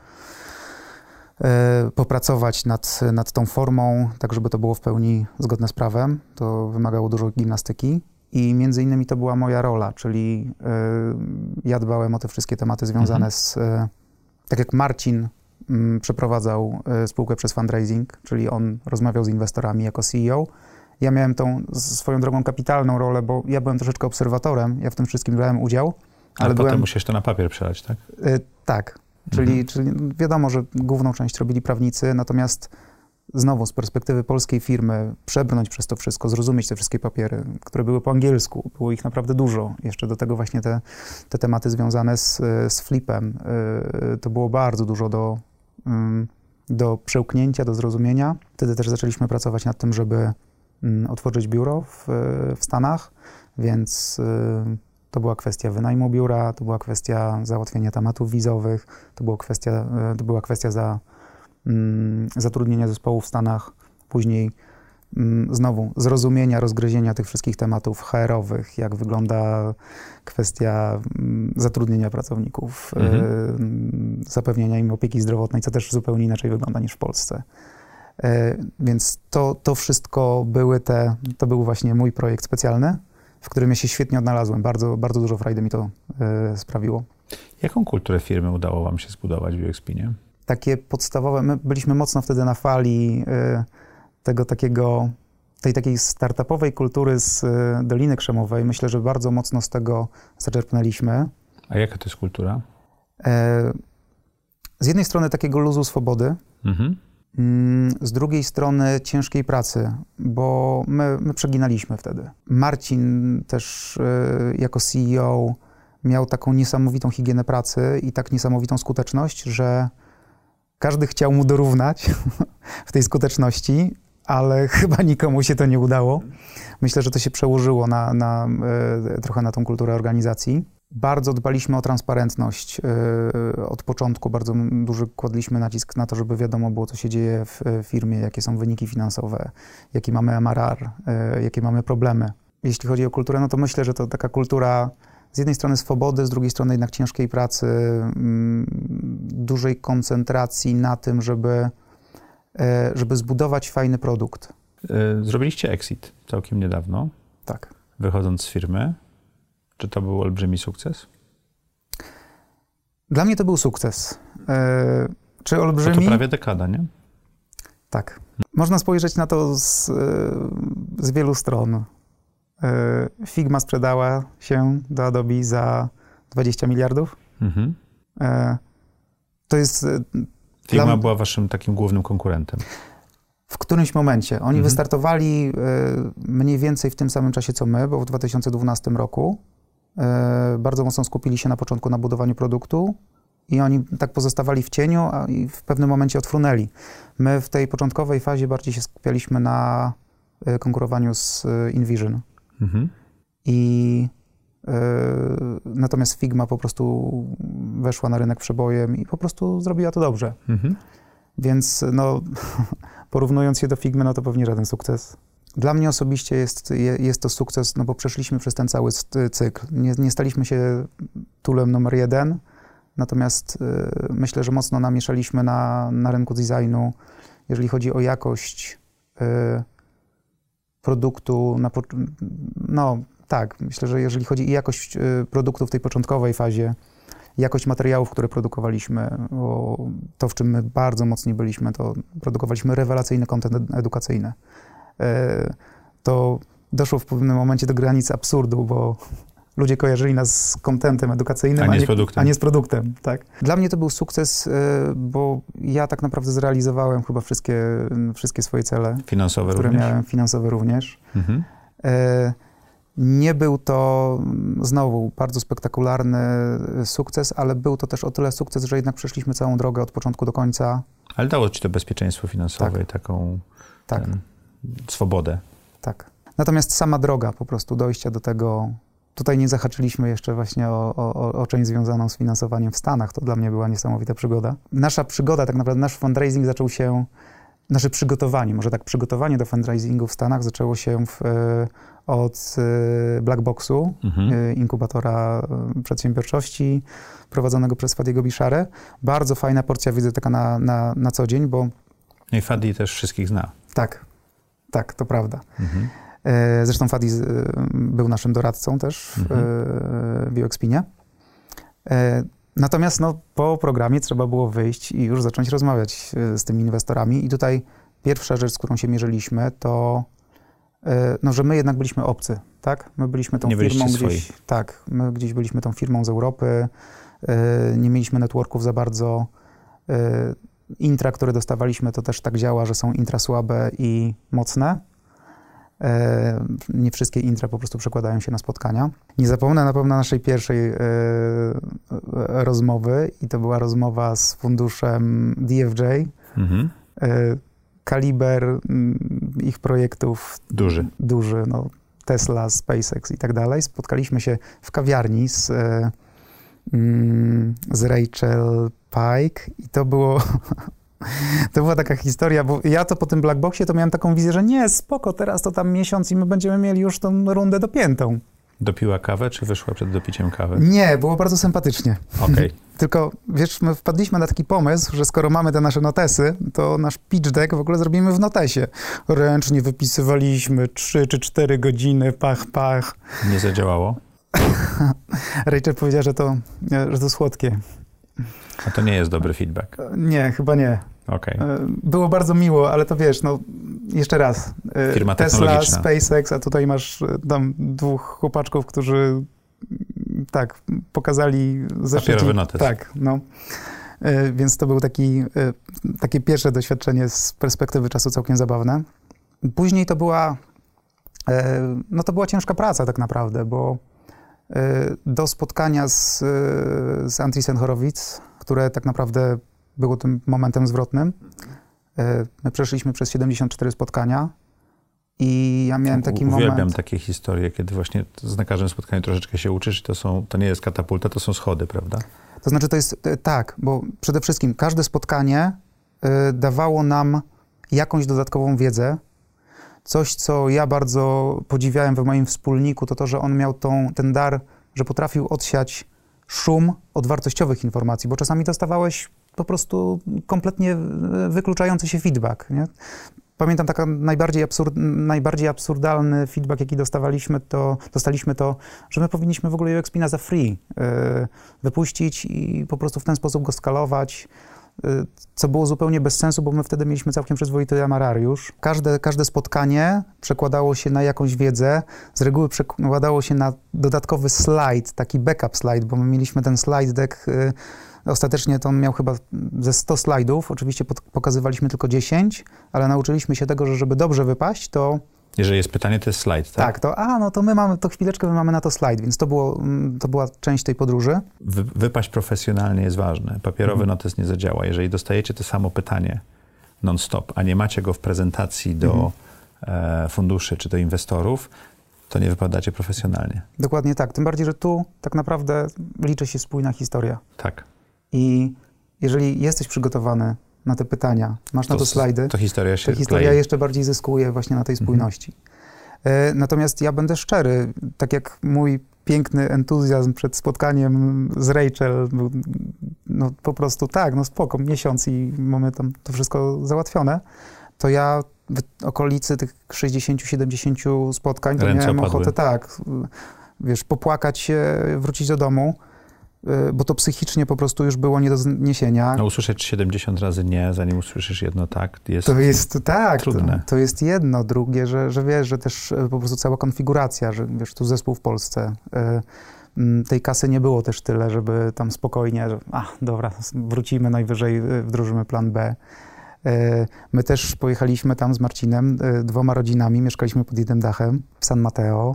popracować nad tą formą, tak żeby to było w pełni zgodne z prawem. To wymagało dużo gimnastyki i między innymi to była moja rola, czyli ja dbałem o te wszystkie tematy związane z... Tak jak Marcin przeprowadzał spółkę przez fundraising, czyli on rozmawiał z inwestorami jako CEO. Ja miałem tą swoją drogą kapitalną rolę, bo ja byłem troszeczkę obserwatorem, ja w tym wszystkim brałem udział. Ale potem musisz to na papier przelać, tak? Tak, czyli wiadomo, że główną część robili prawnicy, natomiast znowu z perspektywy polskiej firmy przebrnąć przez to wszystko, zrozumieć te wszystkie papiery, które były po angielsku, było ich naprawdę dużo. Jeszcze do tego właśnie te tematy związane z flipem, to było bardzo dużo do przełknięcia, do zrozumienia. Wtedy też zaczęliśmy pracować nad tym, żeby otworzyć biuro w Stanach, więc to była kwestia wynajmu biura, to była kwestia załatwienia tematów wizowych, to była kwestia zatrudnienia zespołu w Stanach, później znowu zrozumienia, rozgryzienia tych wszystkich tematów HR-owych, jak wygląda kwestia zatrudnienia pracowników, zapewnienia im opieki zdrowotnej, co też zupełnie inaczej wygląda niż w Polsce. Więc to wszystko to był właśnie mój projekt specjalny, w którym ja się świetnie odnalazłem. Bardzo, bardzo dużo frajdy mi to sprawiło. Jaką kulturę firmy udało wam się zbudować w UXP-nie? Takie podstawowe, my byliśmy mocno wtedy na fali tej takiej startupowej kultury z Doliny Krzemowej. Myślę, że bardzo mocno z tego zaczerpnęliśmy. A jaka to jest kultura? Z jednej strony takiego luzu swobody, z drugiej strony ciężkiej pracy, bo my przeginaliśmy wtedy. Marcin też jako CEO miał taką niesamowitą higienę pracy i tak niesamowitą skuteczność, że każdy chciał mu dorównać w tej skuteczności, ale chyba nikomu się to nie udało. Myślę, że to się przełożyło trochę na tą kulturę organizacji. Bardzo dbaliśmy o transparentność od początku. Bardzo duży kładliśmy nacisk na to, żeby wiadomo było, co się dzieje w firmie, jakie są wyniki finansowe, jaki mamy MRR, jakie mamy problemy. Jeśli chodzi o kulturę, no to myślę, że to taka kultura z jednej strony swobody, z drugiej strony jednak ciężkiej pracy, dużej koncentracji na tym, żeby zbudować fajny produkt. Zrobiliście exit całkiem niedawno. Tak. Wychodząc z firmy. Czy to był olbrzymi sukces? Dla mnie to był sukces. Czy olbrzymi? To prawie dekada, nie? Tak. Można spojrzeć na to z wielu stron. Figma sprzedała się do Adobe za 20 miliardów. Mhm. To jest... Figma była waszym takim głównym konkurentem. W którymś momencie. Oni wystartowali mniej więcej w tym samym czasie, co my, bo w 2012 roku bardzo mocno skupili się na początku na budowaniu produktu i oni tak pozostawali w cieniu, i w pewnym momencie odfrunęli. My w tej początkowej fazie bardziej się skupialiśmy na konkurowaniu z InVision. Natomiast Figma po prostu weszła na rynek przebojem i po prostu zrobiła to dobrze. Więc no, porównując się do Figmy, no to pewnie żaden sukces. Dla mnie osobiście jest to sukces, no bo przeszliśmy przez ten cały cykl. Nie staliśmy się toolem numer 1, natomiast myślę, że mocno namieszaliśmy na rynku designu, jeżeli chodzi o jakość produktu. No tak, myślę, że jeżeli chodzi o jakość produktu w tej początkowej fazie, jakość materiałów, które produkowaliśmy, to w czym my bardzo mocni byliśmy, to produkowaliśmy rewelacyjny content edukacyjny. To doszło w pewnym momencie do granicy absurdu, bo ludzie kojarzyli nas z contentem edukacyjnym, a nie z produktem. Tak. Dla mnie to był sukces, bo ja tak naprawdę zrealizowałem chyba wszystkie swoje cele. Finansowe które również? Miałem, finansowe również. Nie był to znowu bardzo spektakularny sukces, ale był to też o tyle sukces, że jednak przeszliśmy całą drogę od początku do końca. Ale dało ci to bezpieczeństwo finansowe i taką swobodę. Tak. Natomiast sama droga po prostu dojścia do tego, tutaj nie zahaczyliśmy jeszcze właśnie o część związaną z finansowaniem w Stanach. To dla mnie była niesamowita przygoda. Nasza przygoda, tak naprawdę nasz fundraising zaczął się, nasze przygotowanie, może tak, przygotowanie do fundraisingu w Stanach zaczęło się od Blackboxu, inkubatora przedsiębiorczości prowadzonego przez Fadiego Biszarę. Bardzo fajna porcja wiedzy taka na co dzień, bo... I Fadi też wszystkich zna. Tak, to prawda. Zresztą Fadi był naszym doradcą też w UXPinie. Natomiast no, po programie trzeba było wyjść i już zacząć rozmawiać z tymi inwestorami. I tutaj pierwsza rzecz, z którą się mierzyliśmy, to no, że my jednak byliśmy obcy, tak? My byliśmy tą firmą gdzieś... Tak, my gdzieś byliśmy tą firmą z Europy, nie mieliśmy networków za bardzo. Intra, które dostawaliśmy, to też tak działa, że są intra słabe i mocne. Nie wszystkie intra po prostu przekładają się na spotkania. Nie zapomnę na pewno naszej pierwszej rozmowy i to była rozmowa z funduszem DFJ. Kaliber ich projektów duży, no, Tesla, SpaceX i tak dalej. Spotkaliśmy się w kawiarni z Rachel Pike i to było... To była taka historia, bo ja to po tym Blackboxie to miałem taką wizję, że nie, spoko, teraz to tam miesiąc i my będziemy mieli już tą rundę dopiętą. Dopiła kawę, czy wyszła przed dopiciem kawy? Nie, było bardzo sympatycznie. Okej. Tylko, wiesz, my wpadliśmy na taki pomysł, że skoro mamy te nasze notesy, to nasz pitch deck w ogóle zrobimy w notesie. Ręcznie wypisywaliśmy 3 czy 4 godziny, pach. Nie zadziałało? Rachel powiedziała, że to słodkie. A to nie jest dobry feedback. Nie, chyba nie. Okej. Było bardzo miło, ale to wiesz, no jeszcze raz. Firma Tesla, SpaceX, a tutaj masz tam 2 chłopaczków, którzy tak pokazali... Papierowy notes. Tak, no. Więc to był takie pierwsze doświadczenie z perspektywy czasu całkiem zabawne. Później to była ciężka praca tak naprawdę, bo do spotkania z Andreessen Horowitz, które tak naprawdę było tym momentem zwrotnym, My przeszliśmy przez 74 spotkania i ja miałem taki moment... Uwielbiam takie historie, kiedy właśnie na każdym spotkaniu troszeczkę się uczysz i to nie jest katapulta, to są schody, prawda? To znaczy to jest tak, bo przede wszystkim każde spotkanie dawało nam jakąś dodatkową wiedzę. Coś, co ja bardzo podziwiałem we moim wspólniku, to, że on miał ten dar, że potrafił odsiać szum od wartościowych informacji, bo czasami dostawałeś po prostu kompletnie wykluczający się feedback, nie? Pamiętam taki najbardziej absurdalny feedback, jaki dostaliśmy to, że my powinniśmy w ogóle UXPina za free wypuścić i po prostu w ten sposób go skalować, co było zupełnie bez sensu, bo my wtedy mieliśmy całkiem przyzwoity amarariusz. Każde spotkanie przekładało się na jakąś wiedzę, z reguły przekładało się na dodatkowy slajd, taki backup slajd, bo my mieliśmy ten slide deck, ostatecznie to on miał chyba ze 100 slajdów, oczywiście pokazywaliśmy tylko 10, ale nauczyliśmy się tego, że żeby dobrze wypaść, to... Jeżeli jest pytanie, to jest slajd, tak? Tak, to chwileczkę my mamy na to slajd, więc to była część tej podróży. Wypaść profesjonalnie jest ważne. Papierowy notes nie zadziała. Jeżeli dostajecie to samo pytanie non-stop, a nie macie go w prezentacji do funduszy czy do inwestorów, to nie wypadacie profesjonalnie. Dokładnie tak. Tym bardziej, że tu tak naprawdę liczy się spójna historia. Tak. I jeżeli jesteś przygotowany na te pytania, masz na to slajdy, to historia klei. Jeszcze bardziej zyskuje właśnie na tej spójności. Natomiast ja będę szczery, tak jak mój piękny entuzjazm przed spotkaniem z Rachel był po prostu spoko, miesiąc i mamy tam to wszystko załatwione, to ja w okolicy tych 60-70 spotkań to miałem ochotę popłakać się, wrócić do domu, bo to psychicznie po prostu już było nie do zniesienia. Usłyszeć 70 razy nie, zanim usłyszysz jedno tak, jest trudne. To jest jedno, drugie, że wiesz, że też po prostu cała konfiguracja, że wiesz, tu zespół w Polsce, tej kasy nie było też tyle, żeby tam spokojnie, że dobra, wrócimy, najwyżej wdrożymy plan B. My też pojechaliśmy tam z Marcinem, 2 rodzinami, mieszkaliśmy pod jednym dachem w San Mateo.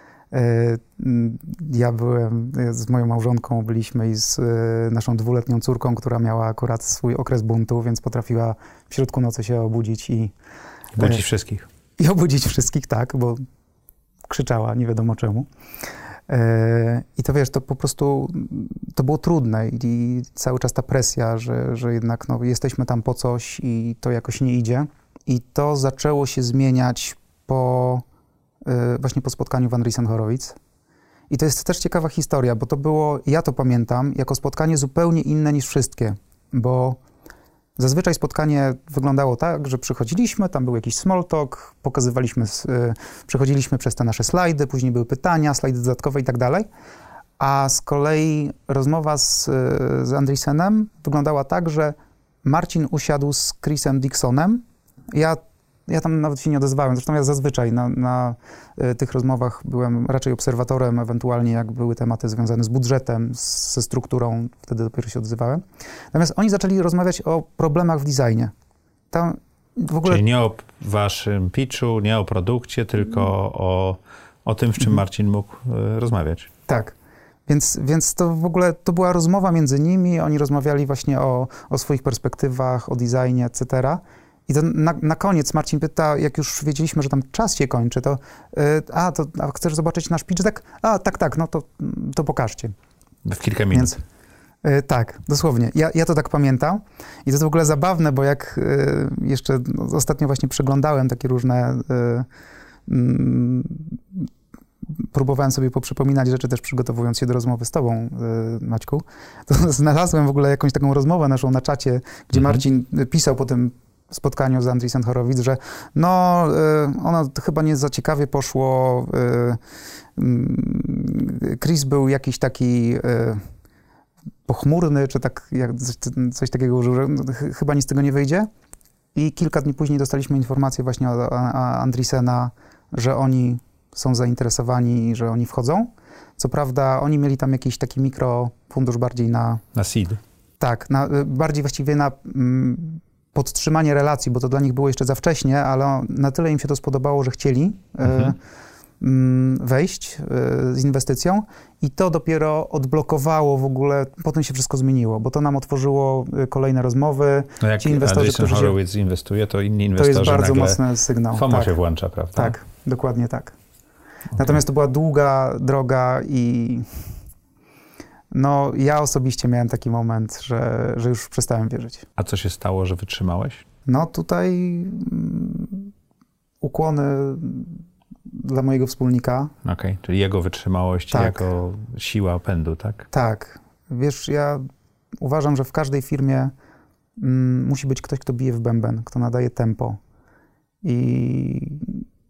Ja byłem z moją małżonką, byliśmy i z naszą 2-letnią córką, która miała akurat swój okres buntu, więc potrafiła w środku nocy się obudzić i... Budzić wszystkich. I obudzić wszystkich, tak, bo krzyczała nie wiadomo czemu. I to wiesz, to po prostu, to było trudne i cały czas ta presja, że jednak jesteśmy tam po coś i to jakoś nie idzie. I to zaczęło się zmieniać właśnie po spotkaniu w Andreessen-Horowitz. I to jest też ciekawa historia, bo to było, ja to pamiętam, jako spotkanie zupełnie inne niż wszystkie, bo zazwyczaj spotkanie wyglądało tak, że przychodziliśmy, tam był jakiś small talk, przechodziliśmy przez te nasze slajdy, później były pytania, slajdy dodatkowe i tak dalej, a z kolei rozmowa z Andreessenem wyglądała tak, że Marcin usiadł z Chrisem Dixonem, ja tam nawet się nie odezwałem, zresztą ja zazwyczaj na tych rozmowach byłem raczej obserwatorem, ewentualnie jak były tematy związane z budżetem, ze strukturą, wtedy dopiero się odzywałem. Natomiast oni zaczęli rozmawiać o problemach w designie. Tam w ogóle... Czyli nie o waszym pitchu, nie o produkcie, tylko o tym, w czym Marcin mógł rozmawiać. Tak. Więc to w ogóle, to była rozmowa między nimi, oni rozmawiali właśnie o swoich perspektywach, o designie, etc. I to na koniec Marcin pyta, jak już wiedzieliśmy, że tam czas się kończy, to chcesz zobaczyć nasz pitch deck? Tak, no to pokażcie. W kilka minut. Więc, tak, dosłownie. Ja to tak pamiętam. I to jest w ogóle zabawne, bo jak jeszcze ostatnio właśnie przeglądałem takie różne... próbowałem sobie poprzypominać rzeczy też przygotowując się do rozmowy z tobą, Maćku, to znalazłem w ogóle jakąś taką rozmowę naszą na czacie, gdzie Marcin pisał po tym spotkaniu z Andreessen-Horowitz, że ono chyba nie za ciekawie poszło. Chris był jakiś taki pochmurny, czy tak, coś takiego użył, że chyba nic z tego nie wyjdzie. I kilka dni później dostaliśmy informację właśnie od Andreessena, że oni są zainteresowani, że oni wchodzą. Co prawda oni mieli tam jakiś taki mikrofundusz bardziej na seed. Tak, bardziej właściwie na podtrzymanie relacji, bo to dla nich było jeszcze za wcześnie, ale na tyle im się to spodobało, że chcieli. wejść z inwestycją i to dopiero odblokowało w ogóle, potem się wszystko zmieniło, bo to nam otworzyło kolejne rozmowy. No jak ci inwestorzy, Andreessen Horowitz inwestuje, to inni inwestorzy to jest bardzo nagle mocny sygnał. FOMO się włącza, prawda? Tak, dokładnie tak. Okay. Natomiast to była długa droga i no ja osobiście miałem taki moment, że już przestałem wierzyć. A co się stało, że wytrzymałeś? No tutaj ukłony dla mojego wspólnika. Okej, czyli jego wytrzymałość tak. jako siła pędu, tak? Tak. Wiesz, ja uważam, że w każdej firmie musi być ktoś, kto bije w bęben, kto nadaje tempo. I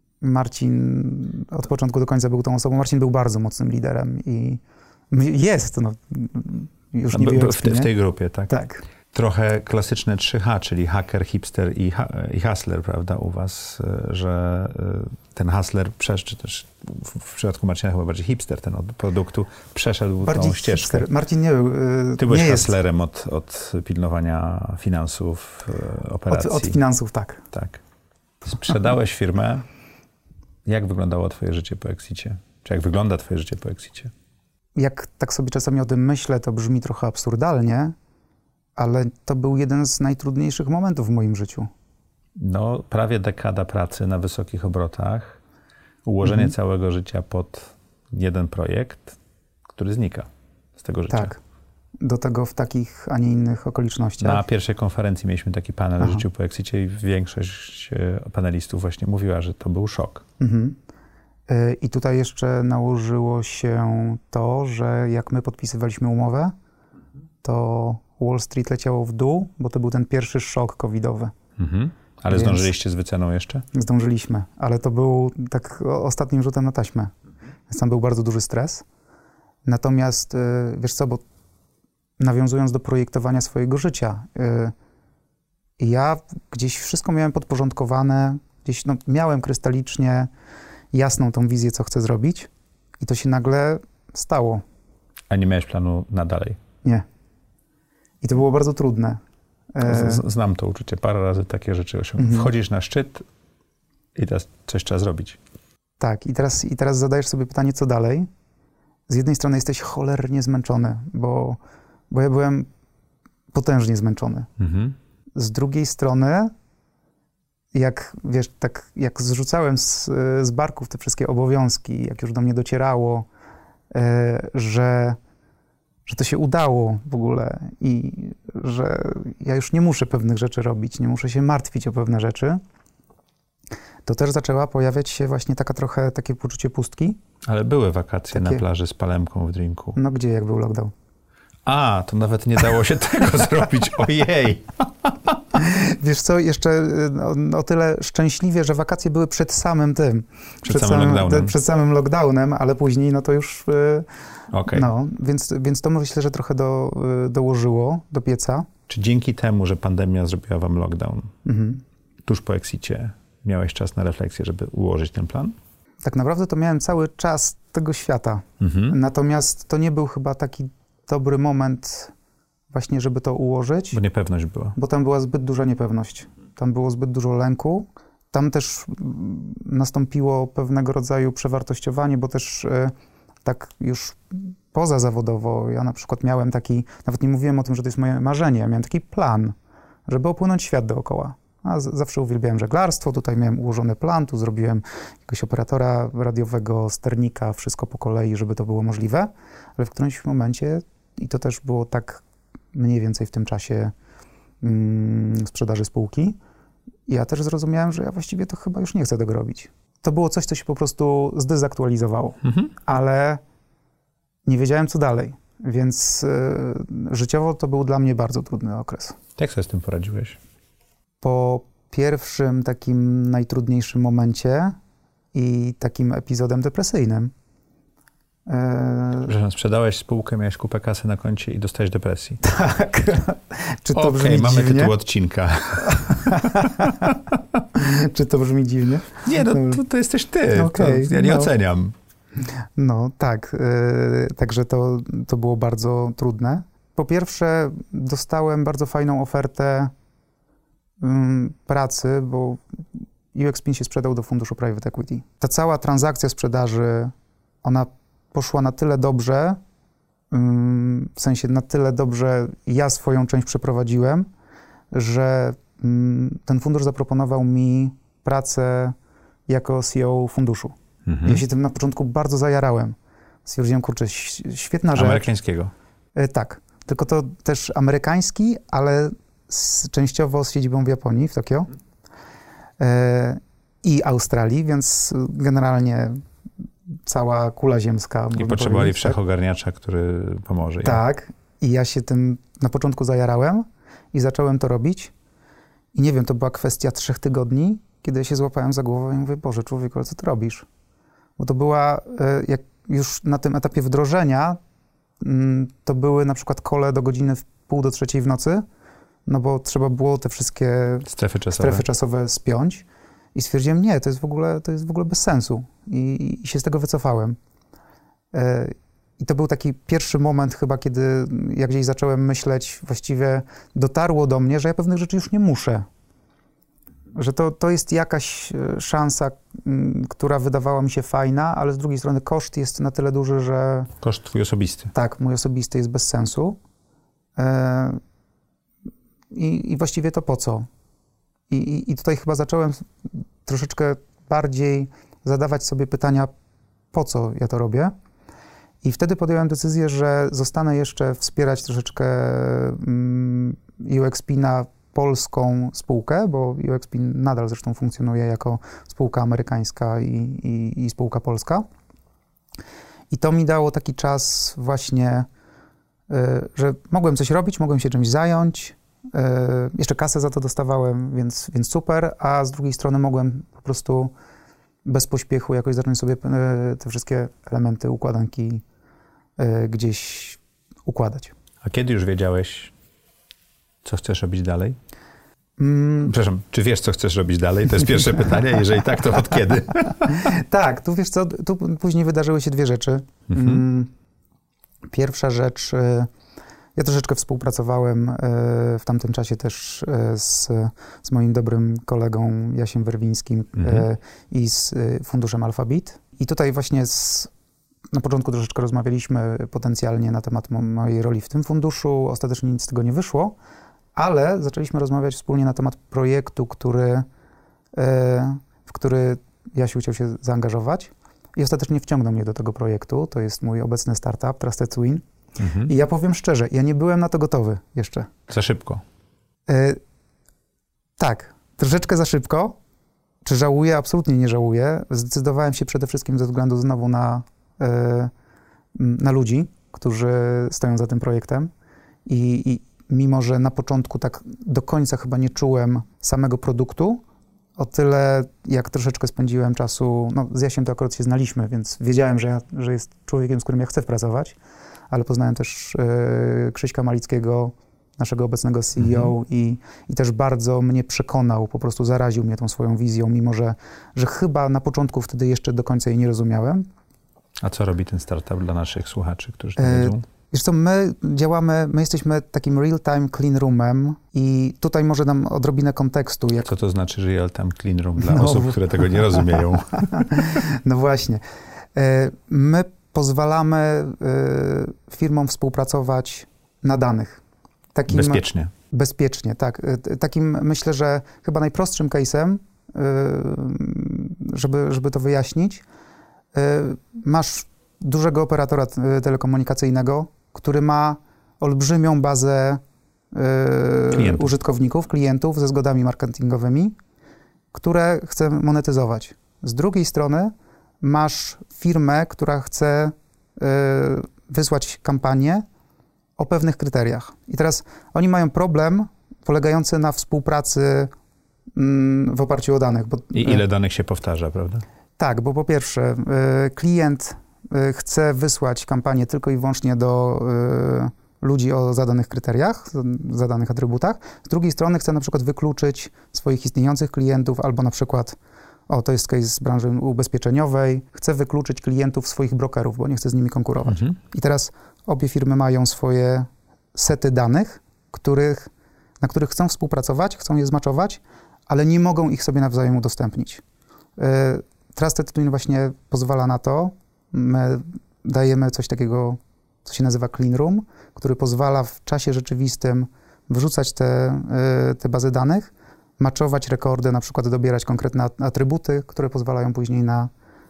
Marcin od początku do końca był tą osobą. Marcin był bardzo mocnym liderem i jest, no już nie wiem. W tej grupie, tak? Tak. Trochę klasyczne 3H, czyli hacker, hipster i hustler, prawda, u was, że ten hustler czy też w przypadku Marcina chyba bardziej hipster, ten od produktu, przeszedł bardziej tą ścieżkę. Hipster. Marcin nie był. Ty byłeś nie hustlerem od pilnowania finansów, operacji. Od finansów, tak. Tak. Sprzedałeś firmę. Jak wyglądało twoje życie po exicie? Czy jak wygląda twoje życie po exicie? Jak tak sobie czasami o tym myślę, to brzmi trochę absurdalnie, ale to był jeden z najtrudniejszych momentów w moim życiu. No, prawie dekada pracy na wysokich obrotach, ułożenie całego życia pod jeden projekt, który znika z tego życia. Tak. Do tego w takich, a nie innych okolicznościach. Na pierwszej konferencji mieliśmy taki panel o życiu po exicie i większość panelistów właśnie mówiła, że to był szok. I tutaj jeszcze nałożyło się to, że jak my podpisywaliśmy umowę, to Wall Street leciało w dół, bo to był ten pierwszy szok covidowy. Ale więc zdążyliście z wyceną jeszcze? Zdążyliśmy, ale to był tak ostatnim rzutem na taśmę. Więc tam był bardzo duży stres. Natomiast wiesz co, bo nawiązując do projektowania swojego życia, ja gdzieś wszystko miałem podporządkowane, gdzieś miałem krystalicznie jasną tą wizję, co chcę zrobić i to się nagle stało. A nie miałeś planu na dalej? Nie. I to było bardzo trudne. Znam to uczucie. Parę razy takie rzeczy osiągnąłem. Wchodzisz na szczyt i teraz coś trzeba zrobić. Tak. I teraz zadajesz sobie pytanie, co dalej? Z jednej strony jesteś cholernie zmęczony, bo ja byłem potężnie zmęczony. Z drugiej strony, jak wiesz, tak jak zrzucałem z barków te wszystkie obowiązki, jak już do mnie docierało, że to się udało w ogóle i że ja już nie muszę pewnych rzeczy robić, nie muszę się martwić o pewne rzeczy, to też zaczęła pojawiać się właśnie takie poczucie pustki. Ale były wakacje na plaży z palemką w drinku. No gdzie, jak był lockdown? A, to nawet nie dało się tego zrobić. Ojej! Wiesz co, jeszcze o tyle szczęśliwie, że wakacje były przed samym tym. Przed samym lockdownem, ale później no to już... Okay. No, więc to myślę, że trochę dołożyło do pieca. Czy dzięki temu, że pandemia zrobiła wam lockdown, tuż po exicie miałeś czas na refleksję, żeby ułożyć ten plan? Tak naprawdę to miałem cały czas tego świata. Natomiast to nie był chyba taki dobry moment właśnie, żeby to ułożyć. Bo niepewność była. Bo tam była zbyt duża niepewność. Tam było zbyt dużo lęku. Tam też nastąpiło pewnego rodzaju przewartościowanie, bo też tak już pozazawodowo ja na przykład miałem taki, nawet nie mówiłem o tym, że to jest moje marzenie, miałem taki plan, żeby opłynąć świat dookoła. A zawsze uwielbiałem żeglarstwo, tutaj miałem ułożony plan, tu zrobiłem jakiegoś operatora radiowego, sternika, wszystko po kolei, żeby to było możliwe, ale w którymś momencie, i to też było tak mniej więcej w tym czasie sprzedaży spółki, ja też zrozumiałem, że ja właściwie to chyba już nie chcę tego robić. To było coś, co się po prostu zdezaktualizowało, ale nie wiedziałem, co dalej, więc życiowo to był dla mnie bardzo trudny okres. Jak sobie z tym poradziłeś? Po pierwszym takim najtrudniejszym momencie i takim epizodem depresyjnym. Że sprzedałeś spółkę, miałeś kupę kasy na koncie i dostałeś depresji. Tak. Czy to brzmi mamy dziwnie? tytuł odcinka. Czy to brzmi dziwnie? Nie, no to jesteś ty. Okay, ja nie oceniam. No tak. Także to było bardzo trudne. Po pierwsze, dostałem bardzo fajną ofertę pracy, bo UXPin się sprzedał do funduszu Private Equity. Ta cała transakcja sprzedaży, ona poszła na tyle dobrze, w sensie na tyle dobrze ja swoją część przeprowadziłem, że ten fundusz zaproponował mi pracę jako CEO funduszu. Ja się tym na początku bardzo zajarałem. Stwierdziłem, kurczę, świetna rzecz. Amerykańskiego. Tak, tylko to też amerykański, ale częściowo z siedzibą w Japonii, w Tokio i Australii, więc generalnie cała kula ziemska. I potrzebowali wszechogarniacza, który pomoże. Tak, i ja się tym na początku zajarałem i zacząłem to robić. I nie wiem, to była kwestia 3 tygodni, kiedy się złapałem za głowę i mówię, Boże, człowieku, ale co ty robisz? Bo to była, jak już na tym etapie wdrożenia, to były na przykład kole do godziny 2:30 w nocy, no bo trzeba było te wszystkie strefy czasowe spiąć. I stwierdziłem, nie, to jest w ogóle bez sensu. I się z tego wycofałem. I to był taki pierwszy moment chyba, kiedy ja gdzieś zacząłem myśleć, właściwie dotarło do mnie, że ja pewnych rzeczy już nie muszę. Że to jest jakaś szansa, która wydawała mi się fajna, ale z drugiej strony koszt jest na tyle duży, że... Koszt twój osobisty. Tak, mój osobisty jest bez sensu. I właściwie to po co? I tutaj chyba zacząłem troszeczkę bardziej zadawać sobie pytania, po co ja to robię. I wtedy podjąłem decyzję, że zostanę jeszcze wspierać troszeczkę UXPina polską spółkę, bo UXPin nadal zresztą funkcjonuje jako spółka amerykańska i spółka polska. I to mi dało taki czas właśnie, że mogłem coś robić, mogłem się czymś zająć. Jeszcze kasę za to dostawałem, więc super, a z drugiej strony mogłem po prostu bez pośpiechu jakoś zacząć sobie te wszystkie elementy układanki gdzieś układać. A kiedy już wiedziałeś, co chcesz robić dalej? Przepraszam, czy wiesz, co chcesz robić dalej? To jest pierwsze pytanie. Jeżeli tak, to od kiedy? Tak, tu wiesz co, tu później wydarzyły się 2 rzeczy. Pierwsza rzecz, ja troszeczkę współpracowałem w tamtym czasie też z moim dobrym kolegą Jasiem Werwińskim i z funduszem Alphabet. I tutaj właśnie na początku troszeczkę rozmawialiśmy potencjalnie na temat mojej roli w tym funduszu. Ostatecznie nic z tego nie wyszło, ale zaczęliśmy rozmawiać wspólnie na temat projektu, w który Jasiu chciał się zaangażować i ostatecznie wciągnął mnie do tego projektu. To jest mój obecny startup, Trusted Twin. I ja powiem szczerze, ja nie byłem na to gotowy jeszcze. Za szybko. Tak, troszeczkę za szybko. Czy żałuję? Absolutnie nie żałuję. Zdecydowałem się przede wszystkim ze względu znowu na ludzi, którzy stoją za tym projektem. I mimo, że na początku tak do końca chyba nie czułem samego produktu, o tyle jak troszeczkę spędziłem czasu, no z Jasiem to akurat się znaliśmy, więc wiedziałem, że jest człowiekiem, z którym ja chcę pracować, ale poznałem też Krzyśka Malickiego, naszego obecnego CEO i też bardzo mnie przekonał, po prostu zaraził mnie tą swoją wizją, mimo że chyba na początku wtedy jeszcze do końca jej nie rozumiałem. A co robi ten startup dla naszych słuchaczy, którzy nie wiedzą? Wiesz co, my jesteśmy takim real-time clean roomem i tutaj może nam odrobinę kontekstu. Co to znaczy real-time clean room dla osób, które tego nie rozumieją? No właśnie. My pozwalamy firmom współpracować na danych. Bezpiecznie. Bezpiecznie, tak. Takim myślę, że chyba najprostszym case'em, żeby to wyjaśnić, masz dużego operatora telekomunikacyjnego, który ma olbrzymią bazę użytkowników, klientów ze zgodami marketingowymi, które chce monetyzować. Z drugiej strony masz firmę, która chce wysłać kampanię o pewnych kryteriach. I teraz oni mają problem polegający na współpracy w oparciu o danych. I ile danych się powtarza, prawda? Tak, bo po pierwsze klient chce wysłać kampanię tylko i wyłącznie do ludzi o zadanych kryteriach, zadanych atrybutach. Z drugiej strony chce na przykład wykluczyć swoich istniejących klientów albo na przykład, to jest case z branży ubezpieczeniowej, chce wykluczyć klientów swoich brokerów, bo nie chce z nimi konkurować. I teraz obie firmy mają swoje sety danych, na których chcą współpracować, chcą je zmaczować, ale nie mogą ich sobie nawzajem udostępnić. Trusted Twin właśnie pozwala na to. My dajemy coś takiego, co się nazywa Clean Room, który pozwala w czasie rzeczywistym wrzucać te bazy danych, matchować rekordy, na przykład dobierać konkretne atrybuty, które pozwalają później na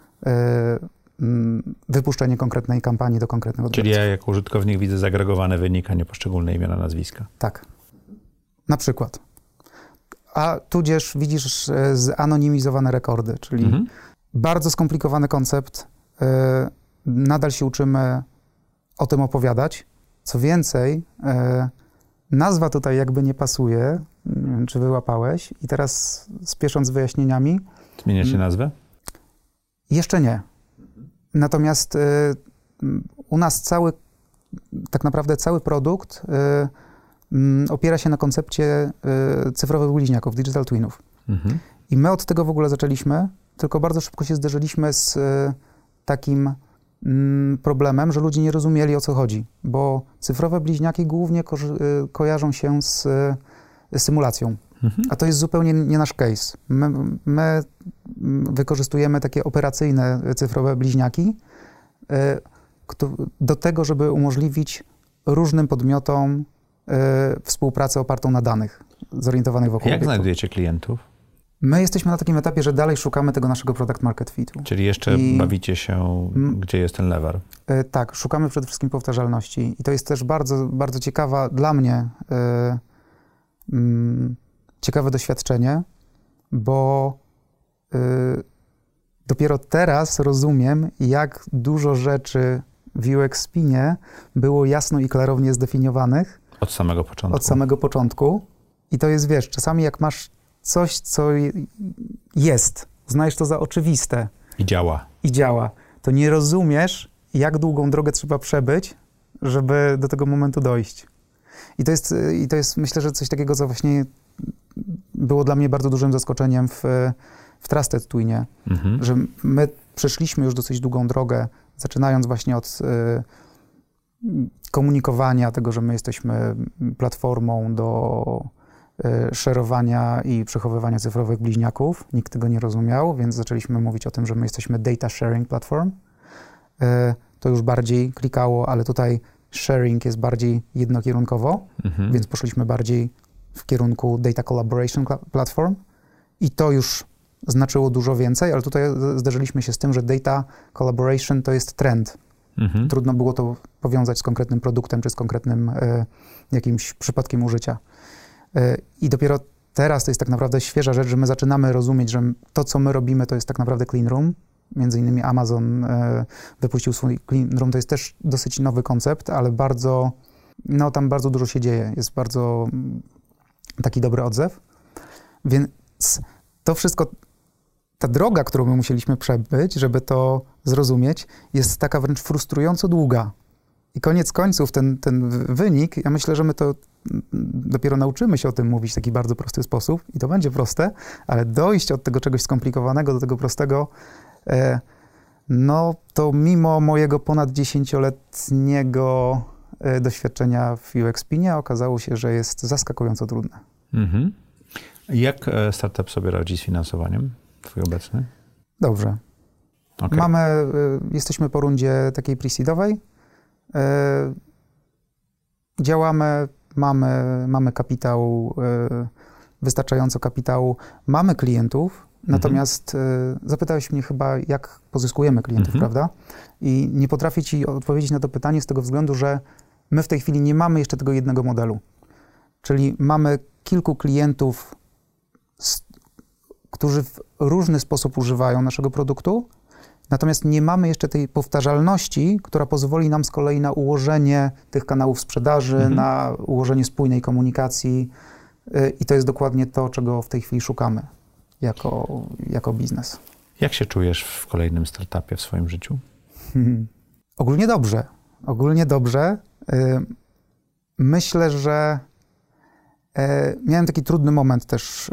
wypuszczenie konkretnej kampanii do konkretnych odbiorców. Czyli ja jako użytkownik widzę zagregowane wyniki, a nie poszczególne imiona, nazwiska. Tak. Na przykład. A tudzież widzisz zanonimizowane rekordy, czyli bardzo skomplikowany koncept. Nadal się uczymy o tym opowiadać. Co więcej, nazwa tutaj jakby nie pasuje. Nie wiem, czy wyłapałeś. I teraz spiesząc z wyjaśnieniami. Zmieniacie nazwę? Jeszcze nie. Natomiast u nas tak naprawdę cały produkt opiera się na koncepcie cyfrowych bliźniaków, digital twinów. I my od tego w ogóle zaczęliśmy, tylko bardzo szybko się zderzyliśmy z takim problemem, że ludzie nie rozumieli, o co chodzi, bo cyfrowe bliźniaki głównie kojarzą się z symulacją, a to jest zupełnie nie nasz case. My wykorzystujemy takie operacyjne cyfrowe bliźniaki do tego, żeby umożliwić różnym podmiotom współpracę opartą na danych zorientowanych wokół Jak znajdujecie klientów? My jesteśmy na takim etapie, że dalej szukamy tego naszego product market fitu. Czyli jeszcze bawicie się, gdzie jest ten lewar? Tak, szukamy przede wszystkim powtarzalności. I to jest też bardzo, bardzo ciekawa dla mnie ciekawe doświadczenie, bo dopiero teraz rozumiem, jak dużo rzeczy w UX Spinie było jasno i klarownie zdefiniowanych. Od samego początku. Od samego początku. I to jest, wiesz, czasami jak masz coś, co jest, uznajesz to za oczywiste. I działa. To nie rozumiesz, jak długą drogę trzeba przebyć, żeby do tego momentu dojść. I to jest myślę, że coś takiego, co właśnie było dla mnie bardzo dużym zaskoczeniem w Trusted Twinie, że my przeszliśmy już dosyć długą drogę, zaczynając właśnie od komunikowania tego, że my jesteśmy platformą do szerowania i przechowywania cyfrowych bliźniaków. Nikt tego nie rozumiał, więc zaczęliśmy mówić o tym, że my jesteśmy data sharing platform. To już bardziej klikało, ale tutaj sharing jest bardziej jednokierunkowo, więc poszliśmy bardziej w kierunku data collaboration platform i to już znaczyło dużo więcej, ale tutaj zderzyliśmy się z tym, że data collaboration to jest trend. Trudno było to powiązać z konkretnym produktem czy z konkretnym jakimś przypadkiem użycia. I dopiero teraz to jest tak naprawdę świeża rzecz, że my zaczynamy rozumieć, że to, co my robimy, to jest tak naprawdę clean room. Między innymi Amazon wypuścił swój clean room. To jest też dosyć nowy koncept, ale tam bardzo dużo się dzieje. Jest bardzo taki dobry odzew. Więc to wszystko, ta droga, którą my musieliśmy przebyć, żeby to zrozumieć, jest taka wręcz frustrująco długa. I koniec końców ten wynik, ja myślę, że my to dopiero nauczymy się o tym mówić w taki bardzo prosty sposób i to będzie proste, ale dojść od tego czegoś skomplikowanego do tego prostego, to mimo mojego ponad 10-letniego doświadczenia w UX Spinie okazało się, że jest zaskakująco trudne. Jak startup sobie radzi z finansowaniem twój obecny? Dobrze. Okay. Jesteśmy po rundzie takiej pre-seedowej. Działamy, mamy kapitał, wystarczająco kapitału, mamy klientów, natomiast zapytałeś mnie chyba, jak pozyskujemy klientów, prawda? I nie potrafię ci odpowiedzieć na to pytanie z tego względu, że my w tej chwili nie mamy jeszcze tego jednego modelu. Czyli mamy kilku klientów, którzy w różny sposób używają naszego produktu, natomiast nie mamy jeszcze tej powtarzalności, która pozwoli nam z kolei na ułożenie tych kanałów sprzedaży, na ułożenie spójnej komunikacji i to jest dokładnie to, czego w tej chwili szukamy jako biznes. Jak się czujesz w kolejnym startupie w swoim życiu? Ogólnie dobrze. Myślę, że miałem taki trudny moment też,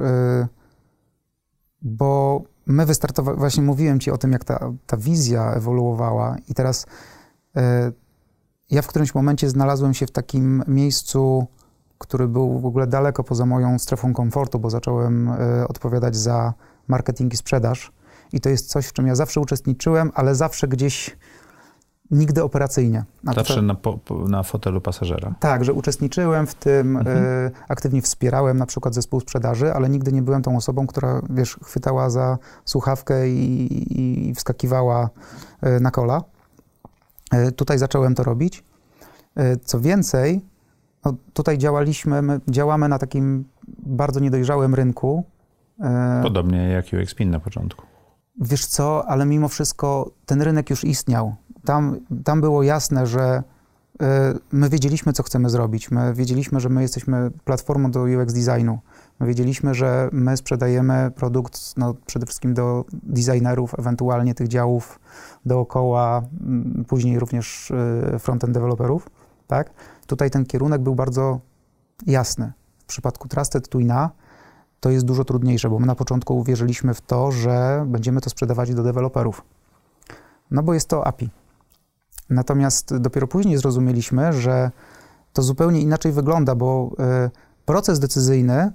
bo my wystartowaliśmy, właśnie mówiłem ci o tym, jak ta wizja ewoluowała i teraz ja w którymś momencie znalazłem się w takim miejscu który był w ogóle daleko poza moją strefą komfortu, bo zacząłem odpowiadać za marketing i sprzedaż. I to jest coś, w czym ja zawsze uczestniczyłem, ale zawsze gdzieś nigdy operacyjnie. Zawsze na fotelu pasażera. Tak, że uczestniczyłem w tym, aktywnie wspierałem na przykład zespół sprzedaży, ale nigdy nie byłem tą osobą, która, wiesz, chwytała za słuchawkę i wskakiwała na kola. Tutaj zacząłem to robić. Co więcej, no tutaj działamy na takim bardzo niedojrzałym rynku. Podobnie jak UXPin na początku. Wiesz co, ale mimo wszystko ten rynek już istniał. Tam było jasne, że my wiedzieliśmy, co chcemy zrobić. My wiedzieliśmy, że my jesteśmy platformą do UX designu. My wiedzieliśmy, że my sprzedajemy produkt przede wszystkim do designerów, ewentualnie tych działów dookoła, później również front-end deweloperów. Tak? Tutaj ten kierunek był bardzo jasny. W przypadku Trusted Twina to jest dużo trudniejsze, bo my na początku uwierzyliśmy w to, że będziemy to sprzedawać do deweloperów. No bo jest to API. Natomiast dopiero później zrozumieliśmy, że to zupełnie inaczej wygląda, bo proces decyzyjny,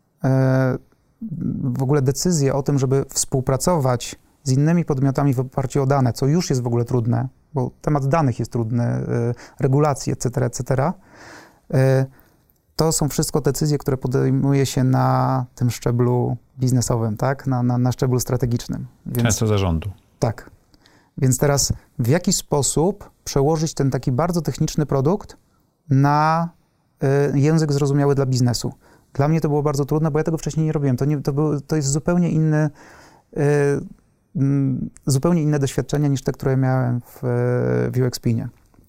w ogóle decyzje o tym, żeby współpracować z innymi podmiotami w oparciu o dane, co już jest w ogóle trudne, bo temat danych jest trudny, regulacje, etc., to są wszystko decyzje, które podejmuje się na tym szczeblu biznesowym, tak? Na szczeblu strategicznym. Często zarządu. Tak. Więc teraz w jaki sposób przełożyć ten taki bardzo techniczny produkt na język zrozumiały dla biznesu? Dla mnie to było bardzo trudne, bo ja tego wcześniej nie robiłem. To jest zupełnie inne doświadczenie niż te, które miałem w UXPinie.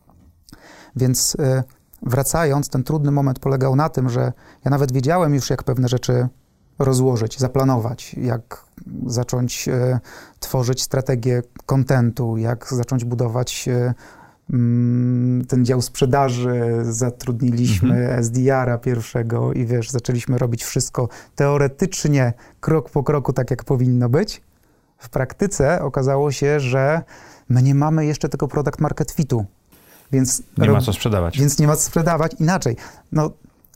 Więc wracając, ten trudny moment polegał na tym, że ja nawet wiedziałem już, jak pewne rzeczy rozłożyć, zaplanować, jak zacząć tworzyć strategię kontentu, jak zacząć budować ten dział sprzedaży. Zatrudniliśmy SDR-a pierwszego i wiesz, zaczęliśmy robić wszystko teoretycznie, krok po kroku, tak jak powinno być. W praktyce okazało się, że my nie mamy jeszcze tego product market fitu. Więc nie ma co sprzedawać. Więc nie ma co sprzedawać. Inaczej, no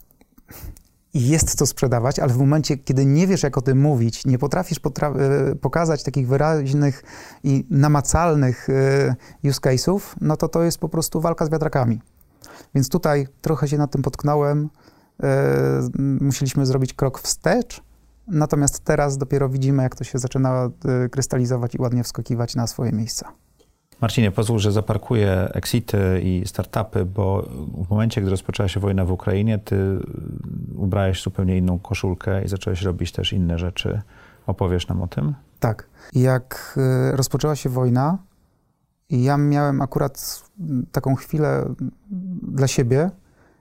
jest co sprzedawać, ale w momencie, kiedy nie wiesz, jak o tym mówić, nie potrafisz pokazać takich wyraźnych i namacalnych use case'ów, no to jest po prostu walka z wiatrakami. Więc tutaj trochę się nad tym potknąłem. Musieliśmy zrobić krok wstecz, natomiast teraz dopiero widzimy, jak to się zaczyna krystalizować i ładnie wskakiwać na swoje miejsca. Marcinie, pozwól, że zaparkuję exity i startupy, bo w momencie, gdy rozpoczęła się wojna w Ukrainie, ty ubrałeś zupełnie inną koszulkę i zacząłeś robić też inne rzeczy. Opowiesz nam o tym? Tak. Jak rozpoczęła się wojna, ja miałem akurat taką chwilę dla siebie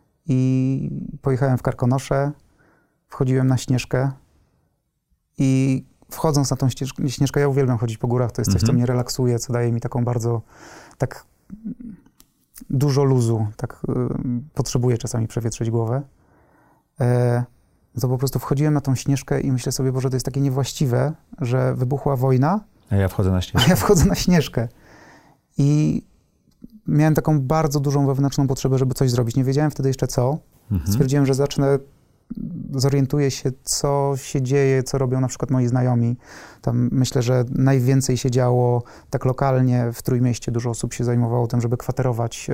i pojechałem w Karkonosze, wchodziłem na Śnieżkę i wchodząc na tą Śnieżkę, ja uwielbiam chodzić po górach, to jest coś, co mnie relaksuje, co daje mi taką bardzo, tak dużo luzu, tak potrzebuję czasami przewietrzyć głowę. To po prostu wchodziłem na tą Śnieżkę i myślę sobie, Boże, to jest takie niewłaściwe, że wybuchła wojna, a ja wchodzę na Śnieżkę. A ja wchodzę na Śnieżkę. I miałem taką bardzo dużą wewnętrzną potrzebę, żeby coś zrobić. Nie wiedziałem wtedy jeszcze co. Stwierdziłem, że zorientuję się, co się dzieje, co robią na przykład moi znajomi. Tam myślę, że najwięcej się działo tak lokalnie w Trójmieście. Dużo osób się zajmowało tym, żeby kwaterować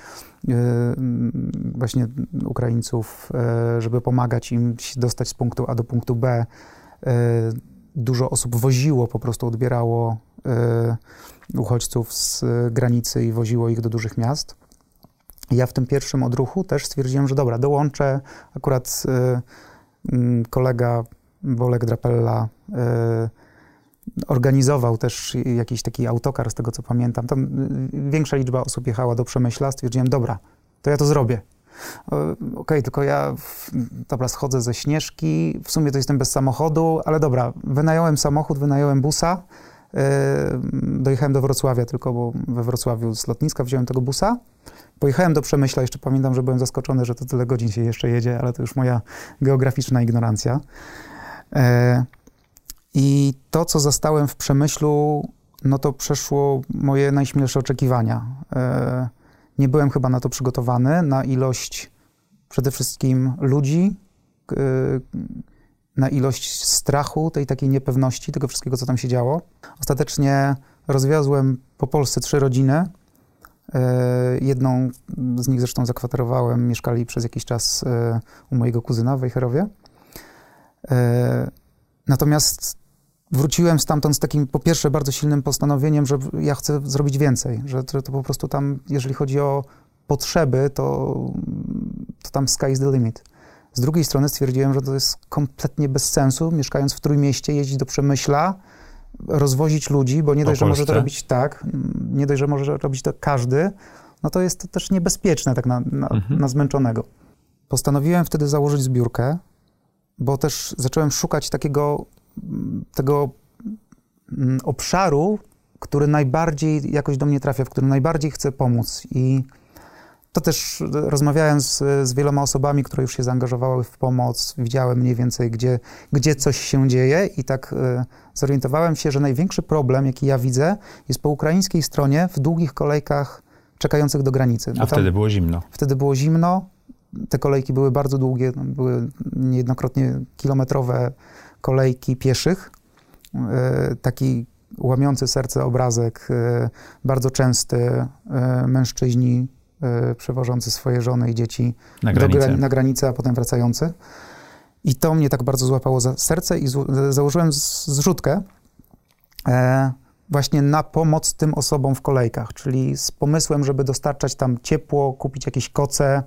właśnie Ukraińców, żeby pomagać im dostać z punktu A do punktu B. Dużo osób woziło, po prostu odbierało uchodźców z granicy i woziło ich do dużych miast. Ja w tym pierwszym odruchu też stwierdziłem, że dobra, dołączę. Akurat kolega Bolek Drapella organizował też jakiś taki autokar, z tego co pamiętam. Tam większa liczba osób jechała do Przemyśla. Stwierdziłem, dobra, to ja to zrobię. Okej, tylko ja schodzę ze Śnieżki, w sumie to jestem bez samochodu, ale dobra, wynająłem samochód, wynająłem busa, dojechałem do Wrocławia tylko, bo we Wrocławiu z lotniska wziąłem tego busa. Pojechałem do Przemyśla, jeszcze pamiętam, że byłem zaskoczony, że to tyle godzin się jeszcze jedzie, ale to już moja geograficzna ignorancja. I to, co zastałem w Przemyślu, no to przeszło moje najśmielsze oczekiwania. Nie byłem chyba na to przygotowany, na ilość przede wszystkim ludzi, na ilość strachu, tej takiej niepewności, tego wszystkiego, co tam się działo. Ostatecznie rozwiozłem po Polsce 3 rodziny. Jedną z nich zresztą zakwaterowałem, mieszkali przez jakiś czas u mojego kuzyna w Wejherowie. Natomiast wróciłem stamtąd z takim, po pierwsze, bardzo silnym postanowieniem, że ja chcę zrobić więcej, że to po prostu tam, jeżeli chodzi o potrzeby, to tam sky is the limit. Z drugiej strony stwierdziłem, że to jest kompletnie bez sensu, mieszkając w Trójmieście, jeździć do Przemyśla, rozwozić ludzi, bo nie dość, że może to robić nie dość, że może robić to każdy, no to jest to też niebezpieczne tak na zmęczonego. Postanowiłem wtedy założyć zbiórkę, bo też zacząłem szukać tego obszaru, który najbardziej jakoś do mnie trafia, w którym najbardziej chcę pomóc. I to też rozmawiając z wieloma osobami, które już się zaangażowały w pomoc, widziałem mniej więcej, gdzie coś się dzieje i tak zorientowałem się, że największy problem, jaki ja widzę, jest po ukraińskiej stronie w długich kolejkach czekających do granicy. A wtedy było zimno. Wtedy było zimno, te kolejki były bardzo długie, były niejednokrotnie kilometrowe kolejki pieszych. Taki łamiący serce obrazek, bardzo częsty, mężczyźni przewożący swoje żony i dzieci na granicę, a potem wracający. I to mnie tak bardzo złapało za serce i założyłem zrzutkę właśnie na pomoc tym osobom w kolejkach, czyli z pomysłem, żeby dostarczać tam ciepło, kupić jakieś koce.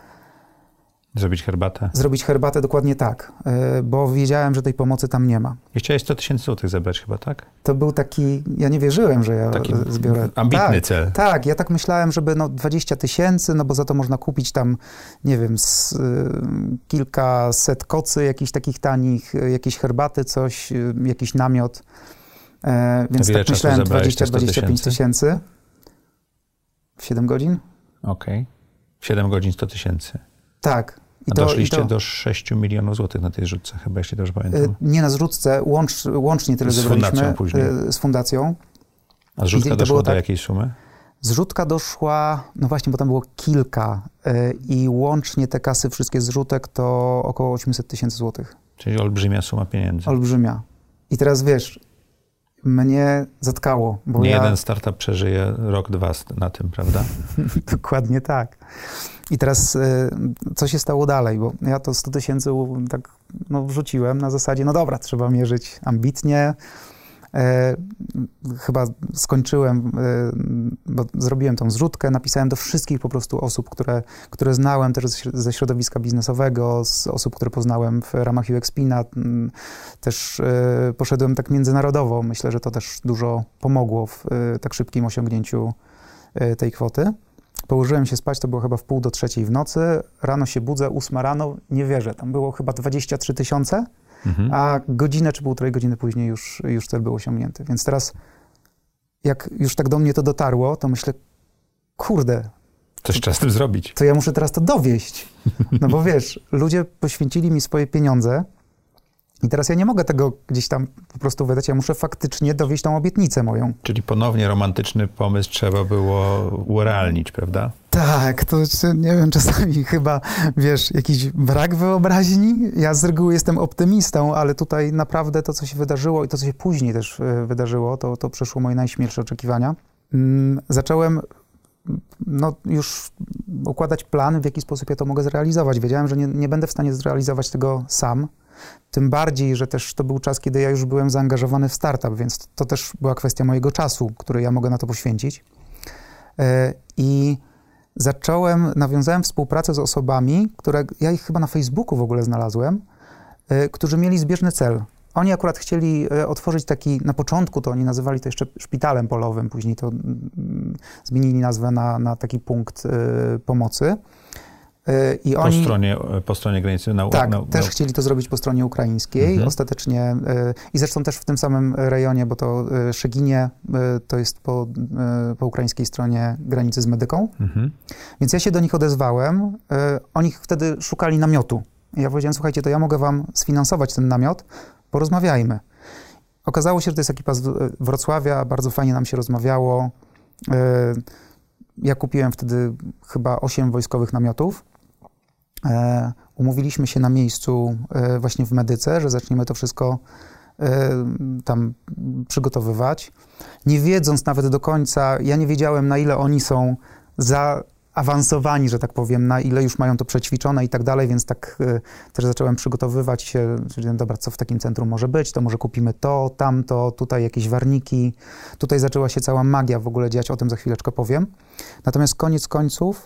Zrobić herbatę? Zrobić herbatę, dokładnie tak, bo wiedziałem, że tej pomocy tam nie ma. I chciałeś 100 000 złotych zebrać chyba, tak? To był taki, ja nie wierzyłem, że ja taki zbiorę. ambitny cel. Tak, ja tak myślałem, żeby 20 000, bo za to można kupić tam, nie wiem, kilkaset kocy jakichś takich tanich, jakieś herbaty, coś, jakiś namiot. Więc tak myślałem 20-25 tysięcy. W 7 godzin? Okej. W 7 godzin 100 000. Tak. A doszliście do 6 milionów złotych na tej zrzutce, chyba, jeśli dobrze pamiętam. Nie na zrzutce, łącznie tyle zebraliśmy. Z fundacją później. Z fundacją. A zrzutka doszła do jakiej sumy? Zrzutka doszła, no właśnie, bo tam było kilka i łącznie te kasy, wszystkie zrzutek to około 800 000 złotych. Czyli olbrzymia suma pieniędzy. Olbrzymia. I teraz wiesz, mnie zatkało, bo jeden startup przeżyje rok, 2 na tym, prawda? Dokładnie tak. I teraz co się stało dalej? Bo ja to 100 000 tak wrzuciłem na zasadzie, no dobra, trzeba mierzyć ambitnie. Chyba skończyłem, bo zrobiłem tą zrzutkę, napisałem do wszystkich po prostu osób, które znałem też ze środowiska biznesowego, z osób, które poznałem w ramach UXPina. Też poszedłem tak międzynarodowo. Myślę, że to też dużo pomogło w tak szybkim osiągnięciu tej kwoty. Położyłem się spać, to było chyba w 2:30 w nocy. Rano się budzę, 8 rano, nie wierzę. Tam było chyba 23 000. A godzinę czy 1,5 godziny później już cel był osiągnięty. Więc teraz, jak już tak do mnie to dotarło, to myślę, kurde. Coś trzeba z tym zrobić. To ja muszę teraz to dowieść. No bo wiesz, ludzie poświęcili mi swoje pieniądze i teraz ja nie mogę tego gdzieś tam po prostu wydać, ja muszę faktycznie dowieść tą obietnicę moją. Czyli ponownie romantyczny pomysł trzeba było urealnić, prawda? Tak, to nie wiem, czasami chyba, wiesz, jakiś brak wyobraźni. Ja z reguły jestem optymistą, ale tutaj naprawdę to, co się wydarzyło i to, co się później też wydarzyło, to przeszło moje najśmielsze oczekiwania. Zacząłem już układać plan, w jaki sposób ja to mogę zrealizować. Wiedziałem, że nie będę w stanie zrealizować tego sam. Tym bardziej, że też to był czas, kiedy ja już byłem zaangażowany w startup, więc to też była kwestia mojego czasu, który ja mogę na to poświęcić. I nawiązałem współpracę z osobami, ja ich chyba na Facebooku w ogóle znalazłem, którzy mieli zbieżny cel. Oni akurat chcieli otworzyć taki, na początku to oni nazywali to jeszcze szpitalem polowym, później to zmienili nazwę na taki punkt pomocy. I po stronie granicy też chcieli to zrobić po stronie ukraińskiej. Ostatecznie i zresztą też w tym samym rejonie, bo to Szeginie to jest po ukraińskiej stronie granicy z Medyką. Więc ja się do nich odezwałem. Oni wtedy szukali namiotu. Ja powiedziałem, słuchajcie, to ja mogę wam sfinansować ten namiot, porozmawiajmy. Okazało się, że to jest ekipa z Wrocławia, bardzo fajnie nam się rozmawiało. Ja kupiłem wtedy chyba 8 wojskowych namiotów Umówiliśmy się na miejscu właśnie w Medyce, że zaczniemy to wszystko tam przygotowywać. Nie wiedząc nawet do końca, ja nie wiedziałem, na ile oni są zaawansowani, że tak powiem, na ile już mają to przećwiczone i tak dalej, więc tak też zacząłem przygotowywać się, że dobra, co w takim centrum może być, to może kupimy to, tamto, tutaj jakieś warniki. Tutaj zaczęła się cała magia w ogóle dziać, o tym za chwileczkę powiem. Natomiast koniec końców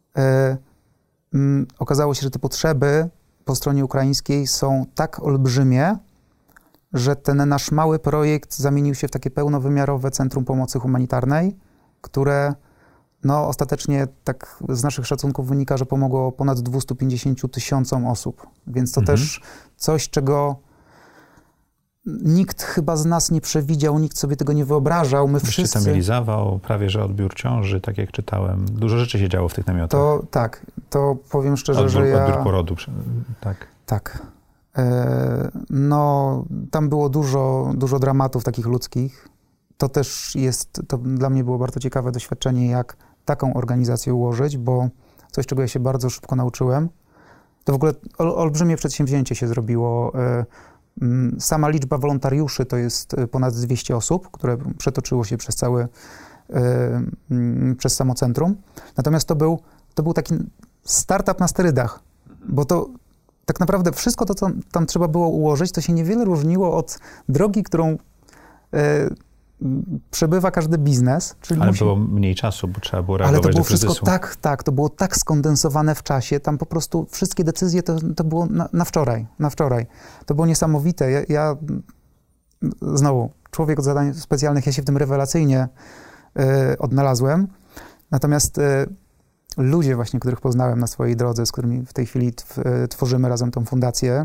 okazało się, że te potrzeby po stronie ukraińskiej są tak olbrzymie, że ten nasz mały projekt zamienił się w takie pełnowymiarowe centrum pomocy humanitarnej, które ostatecznie tak z naszych szacunków wynika, że pomogło ponad 250 000 osób. Więc to też coś, czego nikt chyba z nas nie przewidział, nikt sobie tego nie wyobrażał. My wszyscy... Tam mieli zawał, prawie że odbiór ciąży, tak jak czytałem. Dużo rzeczy się działo w tych namiotach. To tak, to powiem szczerze, że ja... Odbiór porodu, tak. Tak. Tam było dużo dramatów takich ludzkich. To też to dla mnie było bardzo ciekawe doświadczenie, jak taką organizację ułożyć, bo coś, czego ja się bardzo szybko nauczyłem, to w ogóle olbrzymie przedsięwzięcie się zrobiło. Sama liczba wolontariuszy to jest ponad 200 osób, które przetoczyło się przez samo centrum. Natomiast to był taki startup na sterydach, bo to tak naprawdę wszystko to, co tam trzeba było ułożyć, to się niewiele różniło od drogi, którą przebywa każdy biznes. Czyli było mniej czasu, bo trzeba było reagować do kryzysu. Ale to było wszystko to było tak skondensowane w czasie, tam po prostu wszystkie decyzje to było na wczoraj. To było niesamowite. Ja znowu, człowiek od zadań specjalnych, ja się w tym rewelacyjnie odnalazłem. Natomiast ludzie właśnie, których poznałem na swojej drodze, z którymi w tej chwili tworzymy razem tą fundację,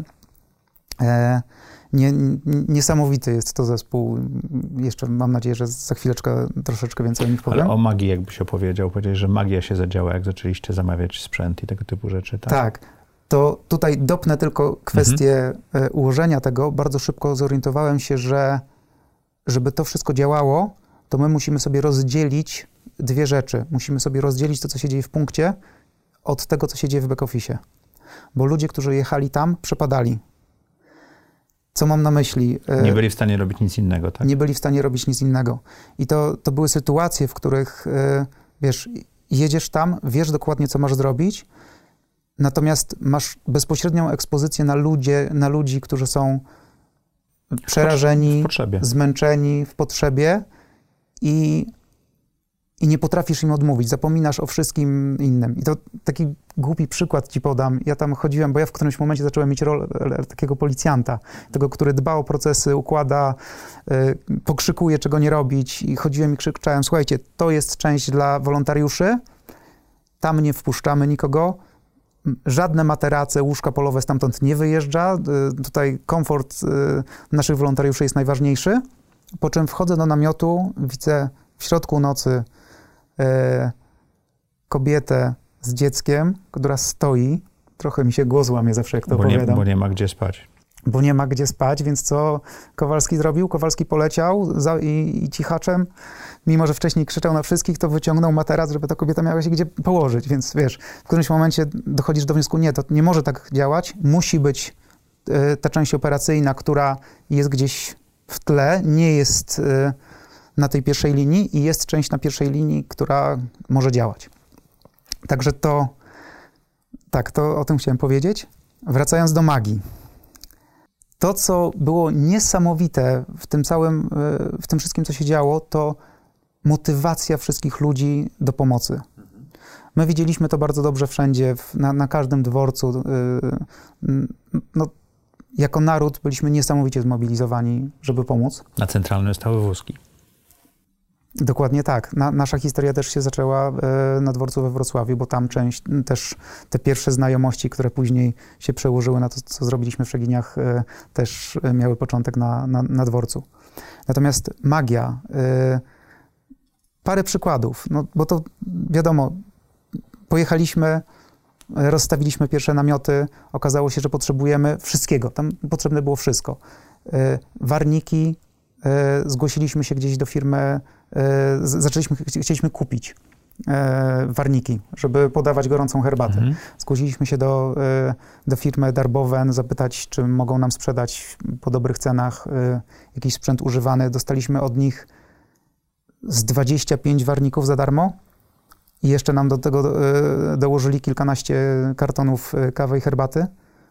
niesamowity jest to zespół. Jeszcze mam nadzieję, że za chwileczkę troszeczkę więcej o nich powiem. Ale o magii jakbyś opowiedział, powiedziałeś, że magia się zadziała, jak zaczęliście zamawiać sprzęt i tego typu rzeczy, tak? Tak. To tutaj dopnę tylko kwestię ułożenia tego. Bardzo szybko zorientowałem się, że żeby to wszystko działało, to my musimy sobie rozdzielić dwie rzeczy. Musimy sobie rozdzielić to, co się dzieje w punkcie, od tego, co się dzieje w back-office. Bo ludzie, którzy jechali tam, przepadali. Co mam na myśli? Nie byli w stanie robić nic innego, tak? Nie byli w stanie robić nic innego. I to były sytuacje, w których, wiesz, jedziesz tam, wiesz dokładnie, co masz zrobić, natomiast masz bezpośrednią ekspozycję na ludzi, którzy są przerażeni, zmęczeni, w potrzebie i nie potrafisz im odmówić, zapominasz o wszystkim innym. I to taki głupi przykład ci podam. Ja tam chodziłem, bo ja w którymś momencie zacząłem mieć rolę takiego policjanta, tego, który dba o procesy, układa, pokrzykuje, czego nie robić i chodziłem i krzyczałem, słuchajcie, to jest część dla wolontariuszy, tam nie wpuszczamy nikogo, żadne materace, łóżka polowe stamtąd nie wyjeżdża, tutaj komfort naszych wolontariuszy jest najważniejszy, po czym wchodzę do namiotu, widzę w środku nocy kobietę z dzieckiem, która stoi. Trochę mi się głos łamie zawsze, jak to opowiadam. Bo nie ma gdzie spać. Bo nie ma gdzie spać, więc co Kowalski zrobił? Kowalski poleciał i cichaczem, mimo że wcześniej krzyczał na wszystkich, to wyciągnął materac, żeby ta kobieta miała się gdzie położyć. Więc wiesz, w którymś momencie dochodzisz do wniosku, nie, to nie może tak działać. Musi być ta część operacyjna, która jest gdzieś w tle, nie jest na tej pierwszej linii i jest część na pierwszej linii, która może działać. Także to o tym chciałem powiedzieć. Wracając do magii. To, co było niesamowite w tym wszystkim, co się działo, to motywacja wszystkich ludzi do pomocy. My widzieliśmy to bardzo dobrze wszędzie, na każdym dworcu. Jako naród byliśmy niesamowicie zmobilizowani, żeby pomóc. Na centralnym stały wózki. Dokładnie tak. Nasza historia też się zaczęła na dworcu we Wrocławiu, bo tam też te pierwsze znajomości, które później się przełożyły na to, co zrobiliśmy w Szeginiach, też miały początek na dworcu. Natomiast magia, parę przykładów, bo to wiadomo, pojechaliśmy, rozstawiliśmy pierwsze namioty, okazało się, że potrzebujemy wszystkiego, tam potrzebne było wszystko. Warniki, zgłosiliśmy się gdzieś do firmy, chcieliśmy kupić. warniki, żeby podawać gorącą herbatę. Zgłosiliśmy się do firmy Darboven, zapytać, czy mogą nam sprzedać po dobrych cenach jakiś sprzęt używany. Dostaliśmy od nich z 25 warników za darmo i jeszcze nam do tego dołożyli kilkanaście kartonów kawy i herbaty.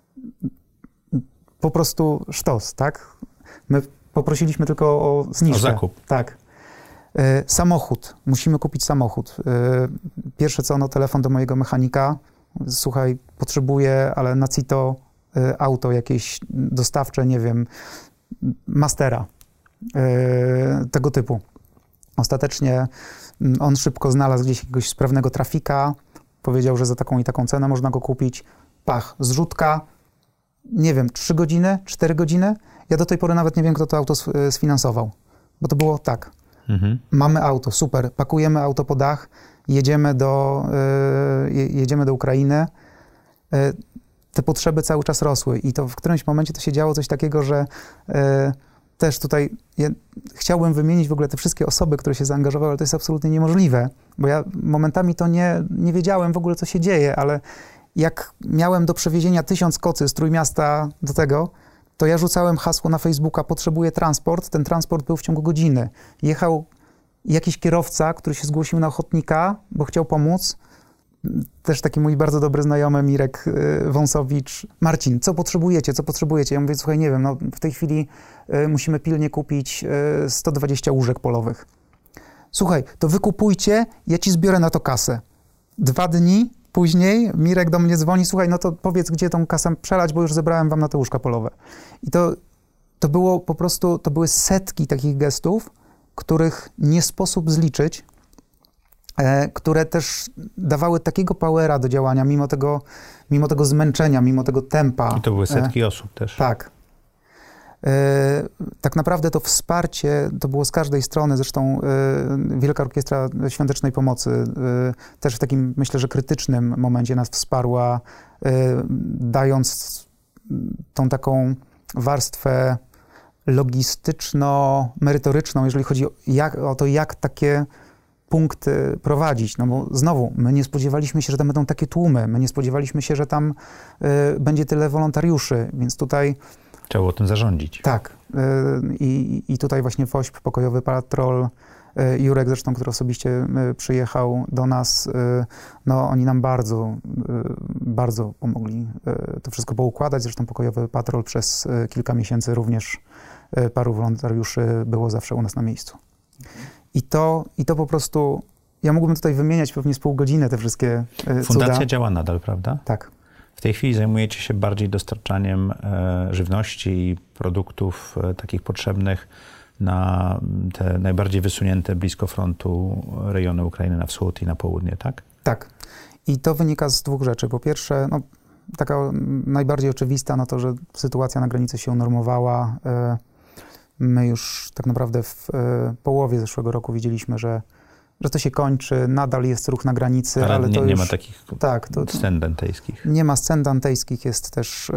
Po prostu sztos, tak? My poprosiliśmy tylko o zniżkę. O zakup. Tak. Samochód. Musimy kupić samochód. Pierwsze co, no telefon do mojego mechanika. Słuchaj, potrzebuję, ale na CITO auto jakieś dostawcze, nie wiem, Mastera. Tego typu. Ostatecznie on szybko znalazł gdzieś jakiegoś sprawnego trafika. Powiedział, że za taką i taką cenę można go kupić. Pach, zrzutka. Nie wiem, 3 godziny, 4 godziny. Ja do tej pory nawet nie wiem, kto to auto sfinansował. Bo to było tak. Mamy auto, super, pakujemy auto po dach, jedziemy do Ukrainy. Te potrzeby cały czas rosły i to w którymś momencie to się działo coś takiego, że też tutaj chciałbym wymienić w ogóle te wszystkie osoby, które się zaangażowały, ale to jest absolutnie niemożliwe, bo ja momentami to nie wiedziałem w ogóle, co się dzieje, ale jak miałem do przewiezienia 1000 kocy z Trójmiasta do tego, to ja rzucałem hasło na Facebooka, potrzebuję transport, ten transport był w ciągu godziny. Jechał jakiś kierowca, który się zgłosił na ochotnika, bo chciał pomóc. Też taki mój bardzo dobry znajomy, Mirek Wąsowicz. Marcin, co potrzebujecie? Ja mówię, słuchaj, nie wiem, no w tej chwili musimy pilnie kupić 120 łóżek polowych. Słuchaj, to wykupujcie, ja ci zbiorę na to kasę. 2 dni później Mirek do mnie dzwoni, słuchaj, no to powiedz, gdzie tą kasę przelać, bo już zebrałem wam na te łóżka polowe. I to było po prostu, to były setki takich gestów, których nie sposób zliczyć, które też dawały takiego powera do działania, mimo tego zmęczenia, mimo tego tempa. I to były setki osób też. Tak. Tak naprawdę to wsparcie to było z każdej strony, zresztą Wielka Orkiestra Świątecznej Pomocy też w takim, myślę, że krytycznym momencie nas wsparła, dając tą taką warstwę logistyczno-merytoryczną, jeżeli chodzi o to, jak takie punkty prowadzić. No bo znowu, my nie spodziewaliśmy się, że tam będą takie tłumy, my nie spodziewaliśmy się, że tam będzie tyle wolontariuszy, więc tutaj trzeba było tym zarządzić. Tak. I tutaj właśnie WOŚP, Pokojowy Patrol, Jurek zresztą, który osobiście przyjechał do nas, no oni nam bardzo pomogli to wszystko poukładać. Zresztą Pokojowy Patrol przez kilka miesięcy również paru wolontariuszy było zawsze u nas na miejscu. I to po prostu, ja mógłbym tutaj wymieniać pewnie z pół godziny te wszystkie cuda. Fundacja działa nadal, prawda? Tak. W tej chwili zajmujecie się bardziej dostarczaniem żywności i produktów takich potrzebnych na te najbardziej wysunięte blisko frontu rejony Ukrainy na wschód i na południe, tak? Tak. I to wynika z 2 rzeczy. Po pierwsze, no, taka najbardziej oczywista, no to, że sytuacja na granicy się unormowała. My już tak naprawdę w połowie zeszłego roku widzieliśmy, że to się kończy, nadal jest ruch na granicy, ale to nie ma takich scen dantejskich. Nie ma scen dantejskich, jest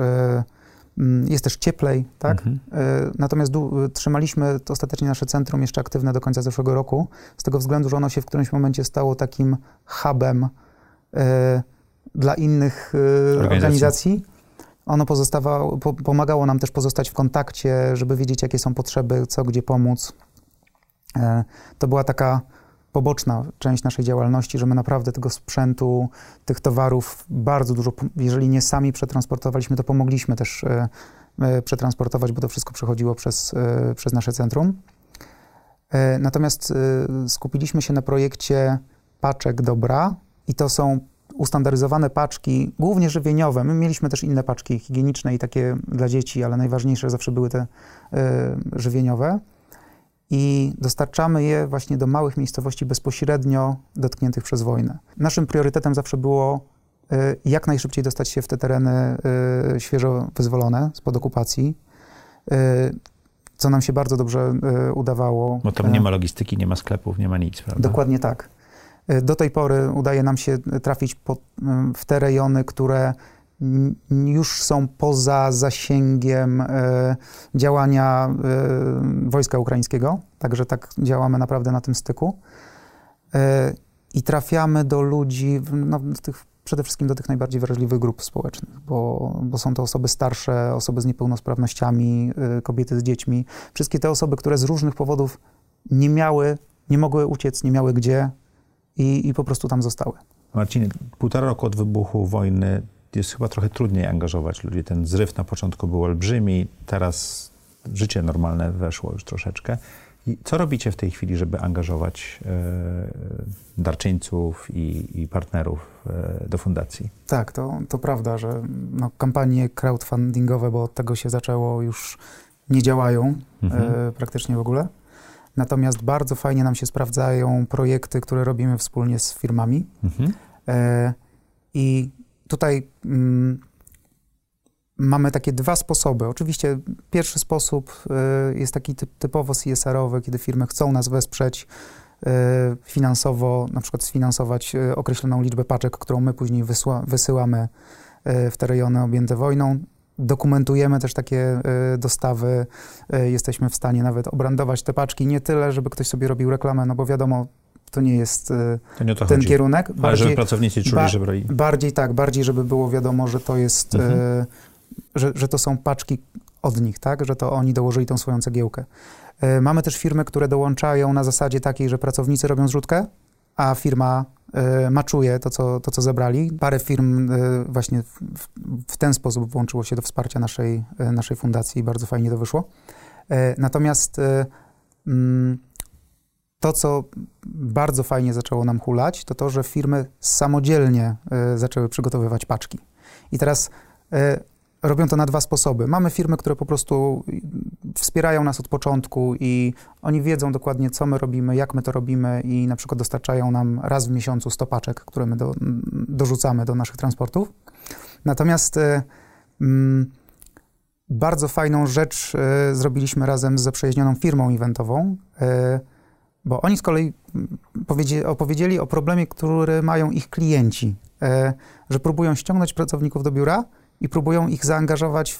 też cieplej, tak? Natomiast trzymaliśmy ostatecznie nasze centrum jeszcze aktywne do końca zeszłego roku, z tego względu, że ono się w którymś momencie stało takim hubem dla innych organizacji. Ono pomagało nam też pozostać w kontakcie, żeby wiedzieć, jakie są potrzeby, co, gdzie pomóc. To była taka poboczna część naszej działalności, że my naprawdę tego sprzętu, tych towarów bardzo dużo, jeżeli nie sami przetransportowaliśmy, to pomogliśmy też przetransportować, bo to wszystko przechodziło przez nasze centrum. Natomiast skupiliśmy się na projekcie paczek dobra i to są ustandaryzowane paczki, głównie żywieniowe. My mieliśmy też inne paczki higieniczne i takie dla dzieci, ale najważniejsze zawsze były te żywieniowe. I dostarczamy je właśnie do małych miejscowości bezpośrednio dotkniętych przez wojnę. Naszym priorytetem zawsze było jak najszybciej dostać się w te tereny świeżo wyzwolone spod okupacji, co nam się bardzo dobrze udawało. Bo tam nie ma logistyki, nie ma sklepów, nie ma nic, prawda? Dokładnie tak. Do tej pory udaje nam się trafić w te rejony, które już są poza zasięgiem działania wojska ukraińskiego, także tak działamy naprawdę na tym styku. i trafiamy do ludzi, przede wszystkim do tych najbardziej wrażliwych grup społecznych, bo są to osoby starsze, osoby z niepełnosprawnościami, kobiety z dziećmi. Wszystkie te osoby, które z różnych powodów nie mogły uciec, nie miały gdzie i po prostu tam zostały. Marcinie, 1,5 roku od wybuchu wojny jest chyba trochę trudniej angażować ludzi. Ten zryw na początku był olbrzymi, teraz życie normalne weszło już troszeczkę. I co robicie w tej chwili, żeby angażować darczyńców i partnerów do fundacji? Tak, to prawda, że kampanie crowdfundingowe, bo od tego się zaczęło, już nie działają praktycznie w ogóle. Natomiast bardzo fajnie nam się sprawdzają projekty, które robimy wspólnie z firmami. I tutaj mamy takie 2 sposoby. Oczywiście pierwszy sposób jest taki typowo CSR-owy, kiedy firmy chcą nas wesprzeć finansowo, na przykład sfinansować określoną liczbę paczek, którą my później wysyłamy w te rejony objęte wojną. Dokumentujemy też takie dostawy. Jesteśmy w stanie nawet obrandować te paczki. Nie tyle, żeby ktoś sobie robił reklamę, no bo wiadomo, to nie jest ten kierunek. Ale żeby pracownicy czuli, że brali. Bardziej, żeby było wiadomo, że to jest, że to są paczki od nich, tak? Że to oni dołożyli tą swoją cegiełkę. Mamy też firmy, które dołączają na zasadzie takiej, że pracownicy robią zrzutkę, a firma maczuje to, co zebrali. Parę firm właśnie w ten sposób włączyło się do wsparcia naszej fundacji i bardzo fajnie to wyszło. Natomiast to, co bardzo fajnie zaczęło nam hulać, to, że firmy samodzielnie zaczęły przygotowywać paczki. I teraz robią to na 2 sposoby. Mamy firmy, które po prostu wspierają nas od początku i oni wiedzą dokładnie, co my robimy, jak my to robimy i na przykład dostarczają nam raz w miesiącu 100 paczek, które my dorzucamy do naszych transportów. Natomiast bardzo fajną rzecz zrobiliśmy razem z zaprzyjaźnioną firmą eventową, bo oni z kolei opowiedzieli o problemie, który mają ich klienci, że próbują ściągnąć pracowników do biura i próbują ich zaangażować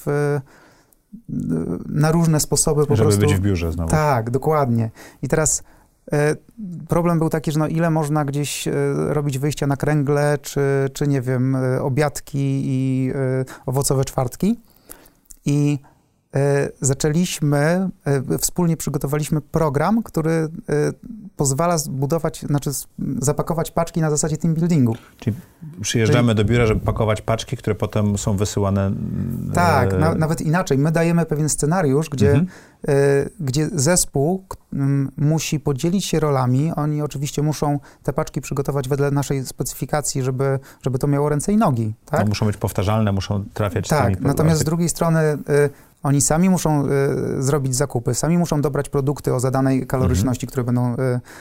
na różne sposoby po prostu. Żeby być w biurze znowu. Tak, dokładnie. I teraz problem był taki, że ile można gdzieś robić wyjścia na kręgle, czy nie wiem, obiadki i owocowe czwartki. I wspólnie przygotowaliśmy program, który pozwala zapakować paczki na zasadzie team buildingu. Czyli przyjeżdżamy do biura, żeby pakować paczki, które potem są wysyłane... Tak, nawet inaczej. My dajemy pewien scenariusz, gdzie zespół musi podzielić się rolami. Oni oczywiście muszą te paczki przygotować wedle naszej specyfikacji, żeby to miało ręce i nogi. Tak? No, muszą być powtarzalne, muszą trafiać... Tak, natomiast z drugiej strony oni sami muszą zrobić zakupy, sami muszą dobrać produkty o zadanej kaloryczności, które będą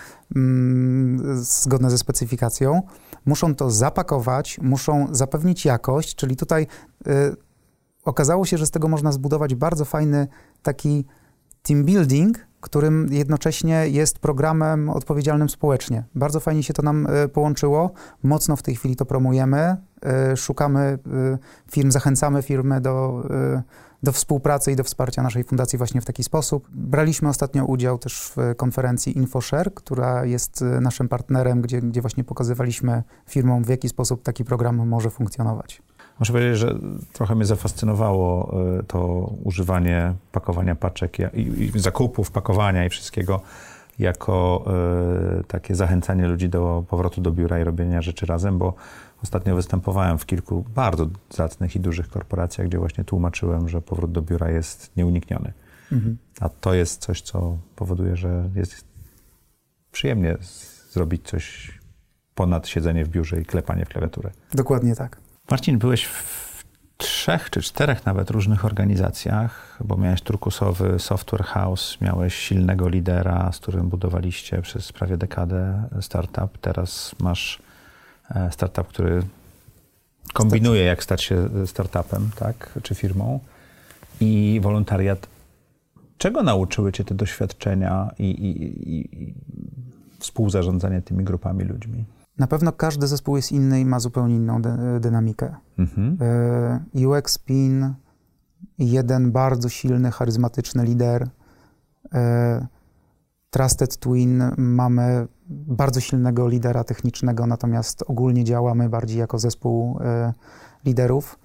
zgodne ze specyfikacją. Muszą to zapakować, muszą zapewnić jakość, czyli tutaj okazało się, że z tego można zbudować bardzo fajny taki team building, którym jednocześnie jest programem odpowiedzialnym społecznie. Bardzo fajnie się to nam połączyło. Mocno w tej chwili to promujemy. Szukamy firm, zachęcamy firmy do współpracy i do wsparcia naszej fundacji właśnie w taki sposób. Braliśmy ostatnio udział też w konferencji InfoShare, która jest naszym partnerem, gdzie właśnie pokazywaliśmy firmom, w jaki sposób taki program może funkcjonować. Muszę powiedzieć, że trochę mnie zafascynowało to używanie pakowania paczek i zakupów, pakowania i wszystkiego jako takie zachęcanie ludzi do powrotu do biura i robienia rzeczy razem, bo ostatnio występowałem w kilku bardzo zacnych i dużych korporacjach, gdzie właśnie tłumaczyłem, że powrót do biura jest nieunikniony. A to jest coś, co powoduje, że jest przyjemnie zrobić coś ponad siedzenie w biurze i klepanie w klawiaturę. Dokładnie tak. Marcin, byłeś w 3 czy 4 nawet różnych organizacjach, bo miałeś turkusowy software house, miałeś silnego lidera, z którym budowaliście przez prawie dekadę startup. Teraz masz startup, który kombinuje, jak stać się startupem, tak, czy firmą, i wolontariat. Czego nauczyły cię te doświadczenia i współzarządzanie tymi grupami ludźmi? Na pewno każdy zespół jest inny i ma zupełnie inną dynamikę. UX Pin, jeden bardzo silny, charyzmatyczny lider, Trusted Twin mamy bardzo silnego lidera technicznego, natomiast ogólnie działamy bardziej jako zespół liderów.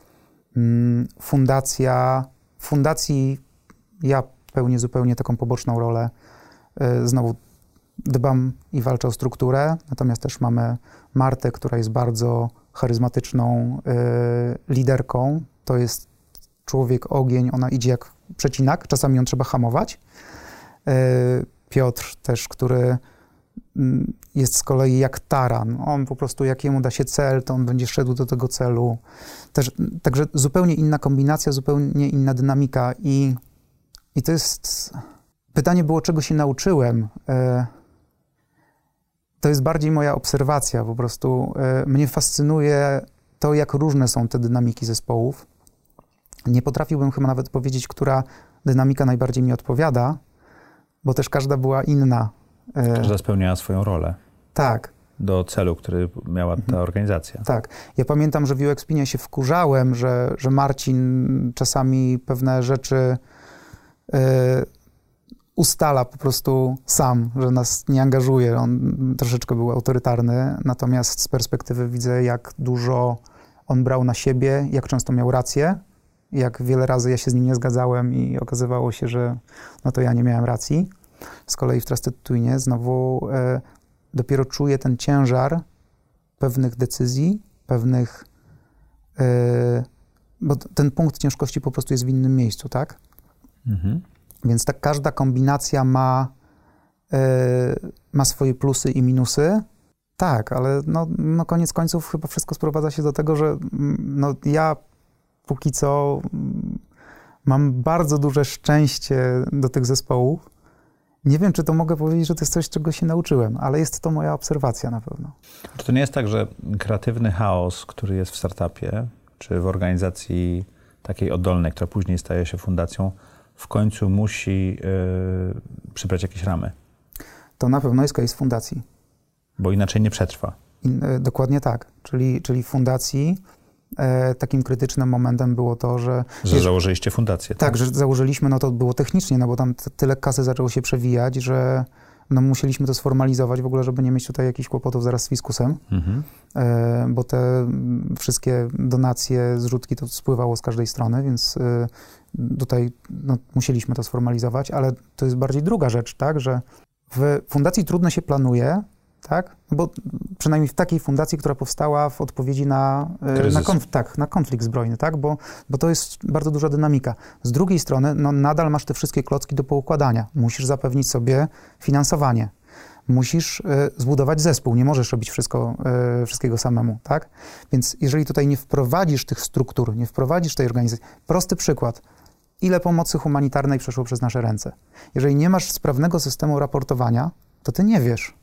Fundacji ja pełnię zupełnie taką poboczną rolę. Znowu dbam i walczę o strukturę, natomiast też mamy Martę, która jest bardzo charyzmatyczną liderką. To jest człowiek ogień, ona idzie jak przecinak, czasami ją trzeba hamować. Piotr też, który jest z kolei jak taran. On po prostu, jak jemu da się cel, to on będzie szedł do tego celu. Także zupełnie inna kombinacja, zupełnie inna dynamika i to jest... Pytanie było, czego się nauczyłem. To jest bardziej moja obserwacja po prostu. Mnie fascynuje to, jak różne są te dynamiki zespołów. Nie potrafiłbym chyba nawet powiedzieć, która dynamika najbardziej mi odpowiada, bo też każda była inna. Każda spełniała swoją rolę. Tak. Do celu, który miała ta organizacja. Tak. Ja pamiętam, że w UXPinie się wkurzałem, że Marcin czasami pewne rzeczy ustala po prostu sam, że nas nie angażuje. On troszeczkę był autorytarny, natomiast z perspektywy widzę, jak dużo on brał na siebie, jak często miał rację, jak wiele razy ja się z nim nie zgadzałem i okazywało się, że no to ja nie miałem racji. Z kolei w Trusted Twinie znowu dopiero czuję ten ciężar pewnych decyzji, bo ten punkt ciężkości po prostu jest w innym miejscu, tak? Mhm. Więc tak każda kombinacja ma swoje plusy i minusy. Tak, ale no koniec końców chyba wszystko sprowadza się do tego, że no ja póki co mam bardzo duże szczęście do tych zespołów. Nie wiem, czy to mogę powiedzieć, że to jest coś, czego się nauczyłem, ale jest to moja obserwacja na pewno. Czy to nie jest tak, że kreatywny chaos, który jest w startupie, czy w organizacji takiej oddolnej, która później staje się fundacją, w końcu musi przybrać jakieś ramy? To na pewno jest case fundacji. Bo inaczej nie przetrwa. Dokładnie tak. Czyli w fundacji takim krytycznym momentem było to, że założyliście fundację. Tak, że założyliśmy, no to było technicznie, no bo tam tyle kasy zaczęło się przewijać, że no musieliśmy to sformalizować w ogóle, żeby nie mieć tutaj jakichś kłopotów zaraz z fiskusem, bo te wszystkie donacje, zrzutki to spływało z każdej strony, więc tutaj no, musieliśmy to sformalizować, ale to jest bardziej druga rzecz, tak, że w fundacji trudno się planuje, tak? Bo przynajmniej w takiej fundacji, która powstała w odpowiedzi na konflikt zbrojny, tak? Bo to jest bardzo duża dynamika. Z drugiej strony, no nadal masz te wszystkie klocki do poukładania. Musisz zapewnić sobie finansowanie. Musisz zbudować zespół. Nie możesz robić wszystkiego samemu, tak? Więc jeżeli tutaj nie wprowadzisz tych struktur, nie wprowadzisz tej organizacji... Prosty przykład. Ile pomocy humanitarnej przeszło przez nasze ręce? Jeżeli nie masz sprawnego systemu raportowania, to ty nie wiesz.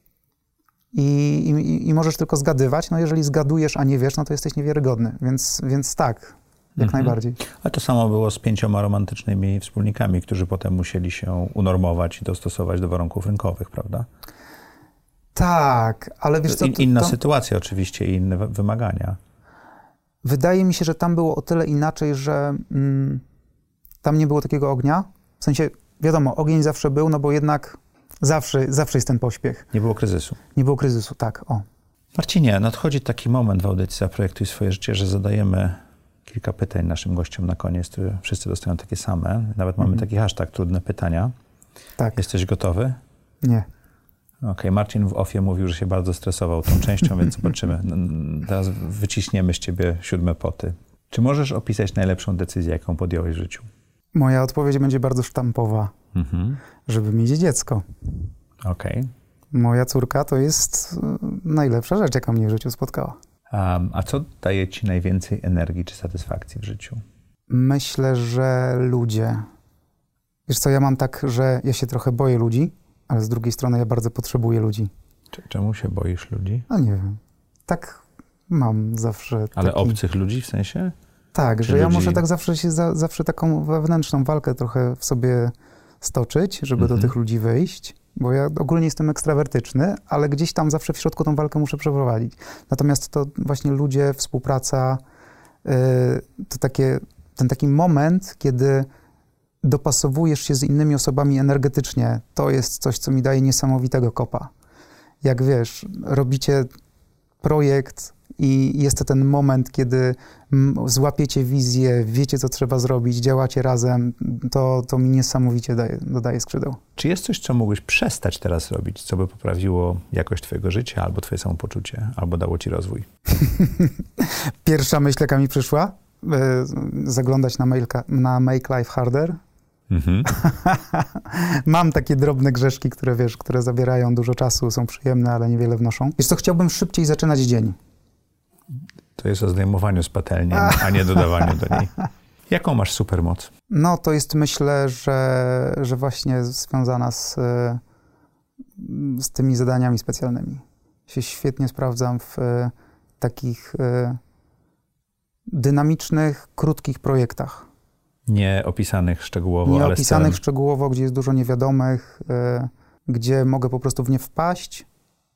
I możesz tylko zgadywać. No jeżeli zgadujesz, a nie wiesz, no to jesteś niewiarygodny. Więc tak, jak najbardziej. A to samo było z 5 romantycznymi wspólnikami, którzy potem musieli się unormować i dostosować do warunków rynkowych, prawda? Tak, ale wiesz co... Inna sytuacja oczywiście i inne wymagania. Wydaje mi się, że tam było o tyle inaczej, że tam nie było takiego ognia. W sensie, wiadomo, ogień zawsze był, no bo jednak... Zawsze jest ten pośpiech. Nie było kryzysu. Nie było kryzysu, tak. O. Marcinie, nadchodzi taki moment w audycji Zaprojektuj swoje życie, że zadajemy kilka pytań naszym gościom na koniec, które wszyscy dostają takie same. Nawet mamy taki hashtag, trudne pytania. Tak. Jesteś gotowy? Nie. Okej, Marcin w offie mówił, że się bardzo stresował tą częścią, więc zobaczymy. Teraz wyciśniemy z ciebie 7 poty. Czy możesz opisać najlepszą decyzję, jaką podjąłeś w życiu? Moja odpowiedź będzie bardzo sztampowa. Żeby mieć dziecko. Okej. Moja córka to jest najlepsza rzecz, jaka mnie w życiu spotkała. A co daje ci najwięcej energii czy satysfakcji w życiu? Myślę, że ludzie. Wiesz co, ja mam tak, że ja się trochę boję ludzi, ale z drugiej strony ja bardzo potrzebuję ludzi. Czemu się boisz ludzi? No nie wiem. Tak mam zawsze. Ale obcych ludzi w sensie? Tak, czy że ja muszę tak zawsze taką wewnętrzną walkę trochę w sobie stoczyć, żeby do tych ludzi wyjść, bo ja ogólnie jestem ekstrawertyczny, ale gdzieś tam zawsze w środku tą walkę muszę przeprowadzić. Natomiast to właśnie ludzie, współpraca, to ten taki moment, kiedy dopasowujesz się z innymi osobami energetycznie, to jest coś, co mi daje niesamowitego kopa. Jak wiesz, robicie projekt i jest to ten moment, kiedy złapiecie wizję, wiecie, co trzeba zrobić, działacie razem, to mi niesamowicie dodaje skrzydeł. Czy jest coś, co mógłbyś przestać teraz robić, co by poprawiło jakość twojego życia, albo twoje samopoczucie, albo dało ci rozwój? Pierwsza myśl, jaka mi przyszła, zaglądać na Make Life Harder. Mam takie drobne grzeszki, które zabierają dużo czasu, są przyjemne, ale niewiele wnoszą. Wiesz co, chciałbym szybciej zaczynać dzień. To jest o zdejmowaniu z patelni, a nie dodawaniu do niej. Jaką masz supermoc? No to jest, myślę, że właśnie związana z tymi zadaniami specjalnymi. Się świetnie sprawdzam w takich dynamicznych, krótkich projektach. Nie opisanych szczegółowo, nie ale opisanych szczegółowo, gdzie jest dużo niewiadomych, gdzie mogę po prostu w nie wpaść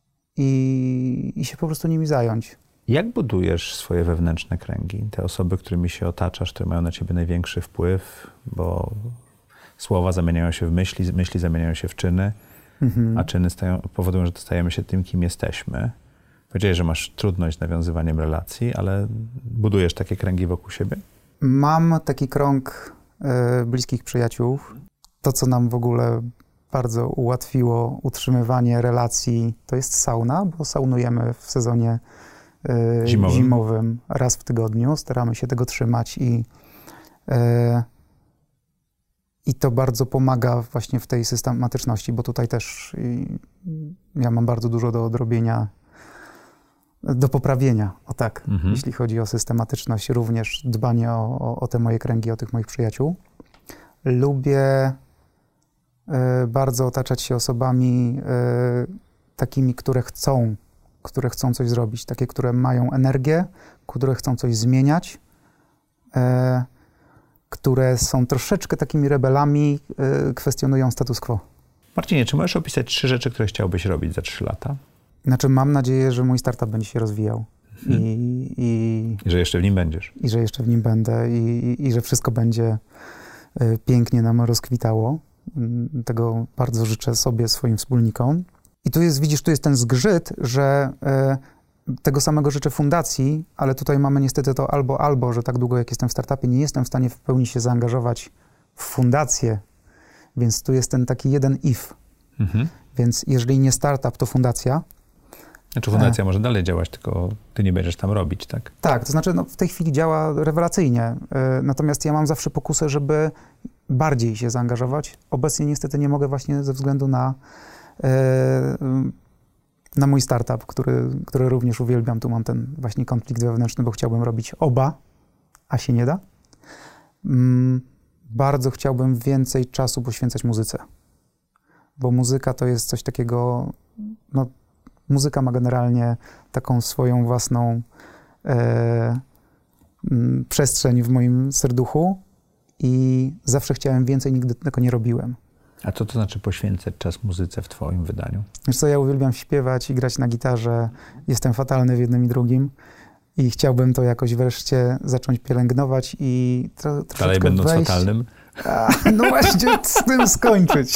i się po prostu nimi zająć. Jak budujesz swoje wewnętrzne kręgi? Te osoby, którymi się otaczasz, które mają na ciebie największy wpływ, bo słowa zamieniają się w myśli, myśli zamieniają się w czyny, a czyny powodują, że stajemy się tym, kim jesteśmy. Powiedziałeś, że masz trudność z nawiązywaniem relacji, ale budujesz takie kręgi wokół siebie? Mam taki krąg bliskich przyjaciół. To, co nam w ogóle bardzo ułatwiło utrzymywanie relacji, to jest sauna, bo saunujemy w sezonie zimowym raz w tygodniu. Staramy się tego trzymać i to bardzo pomaga właśnie w tej systematyczności, bo tutaj też ja mam bardzo dużo do odrobienia, do poprawienia, o tak, jeśli chodzi o systematyczność, również dbanie o te moje kręgi, o tych moich przyjaciół. Lubię bardzo otaczać się osobami takimi, które chcą coś zrobić, takie, które mają energię, które chcą coś zmieniać, które są troszeczkę takimi rebelami, kwestionują status quo. Marcinie, czy możesz opisać 3 rzeczy, które chciałbyś robić za 3 lata? Znaczy, mam nadzieję, że mój startup będzie się rozwijał. I że jeszcze w nim będziesz. I że jeszcze w nim będę i że wszystko będzie pięknie nam rozkwitało. Tego bardzo życzę sobie, swoim wspólnikom. I tu jest, widzisz, tu jest ten zgrzyt, że tego samego życzę fundacji, ale tutaj mamy niestety to albo, że tak długo jak jestem w startupie, nie jestem w stanie w pełni się zaangażować w fundację, więc tu jest ten taki jeden if. Więc jeżeli nie startup, to fundacja. Znaczy fundacja może dalej działać, tylko ty nie będziesz tam robić, tak? Tak, to znaczy w tej chwili działa rewelacyjnie, natomiast ja mam zawsze pokusę, żeby bardziej się zaangażować. Obecnie niestety nie mogę właśnie ze względu na mój startup, który również uwielbiam. Tu mam ten właśnie konflikt wewnętrzny, bo chciałbym robić oba, a się nie da. Bardzo chciałbym więcej czasu poświęcać muzyce, bo muzyka to jest coś takiego, muzyka ma generalnie taką swoją własną przestrzeń w moim serduchu i zawsze chciałem więcej, nigdy tego nie robiłem. A co to znaczy poświęcać czas muzyce w twoim wydaniu? Wiesz co, ja uwielbiam śpiewać i grać na gitarze. Jestem fatalny w jednym i drugim i chciałbym to jakoś wreszcie zacząć pielęgnować i troszeczkę dalej będąc wejść. fatalnym? No właśnie, z tym skończyć.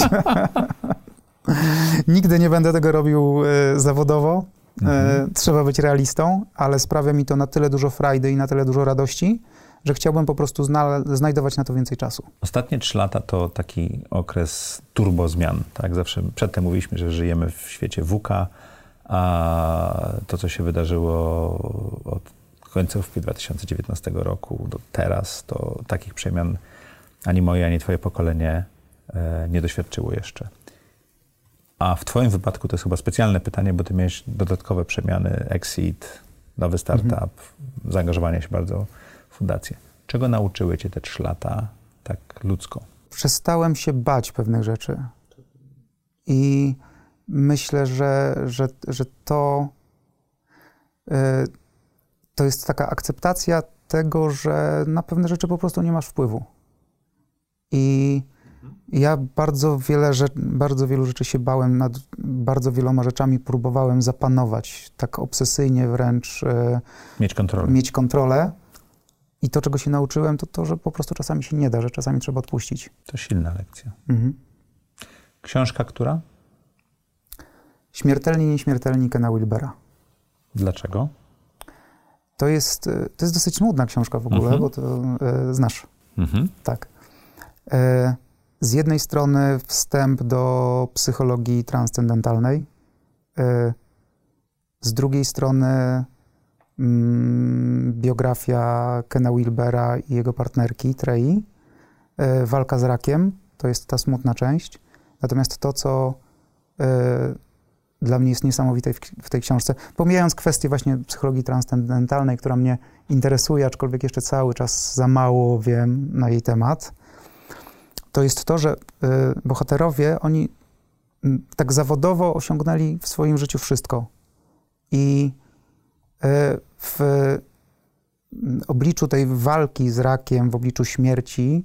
Nigdy nie będę tego robił zawodowo. Trzeba być realistą, ale sprawia mi to na tyle dużo frajdy i na tyle dużo radości, że chciałbym po prostu znajdować na to więcej czasu. Ostatnie 3 lata to taki okres turbozmian, tak? Zawsze przedtem mówiliśmy, że żyjemy w świecie VUCA, a to, co się wydarzyło od końcówki 2019 roku do teraz, to takich przemian ani moje, ani twoje pokolenie nie doświadczyło jeszcze. A w twoim wypadku to jest chyba specjalne pytanie, bo ty miałeś dodatkowe przemiany, exit, nowy startup, zaangażowanie się bardzo w fundację. Czego nauczyły cię te 3 lata tak ludzko? Przestałem się bać pewnych rzeczy i myślę, że to jest taka akceptacja tego, że na pewne rzeczy po prostu nie masz wpływu. I ja bardzo wielu rzeczy się bałem, nad bardzo wieloma rzeczami próbowałem zapanować, tak obsesyjnie wręcz. Mieć kontrolę. I to, czego się nauczyłem, to to, że po prostu czasami się nie da, że czasami trzeba odpuścić. To silna lekcja. Książka która? Śmiertelni, nieśmiertelni Kena Wilbera. Dlaczego? To jest dosyć smutna książka w ogóle, bo to znasz. Tak. Z jednej strony wstęp do psychologii transcendentalnej, z drugiej strony biografia Kena Wilbera i jego partnerki Trei, walka z rakiem, to jest ta smutna część. Natomiast to, co dla mnie jest niesamowite w tej książce, pomijając kwestię właśnie psychologii transcendentalnej, która mnie interesuje, aczkolwiek jeszcze cały czas za mało wiem na jej temat, to jest to, że bohaterowie, oni tak zawodowo osiągnęli w swoim życiu wszystko. I w obliczu tej walki z rakiem, w obliczu śmierci,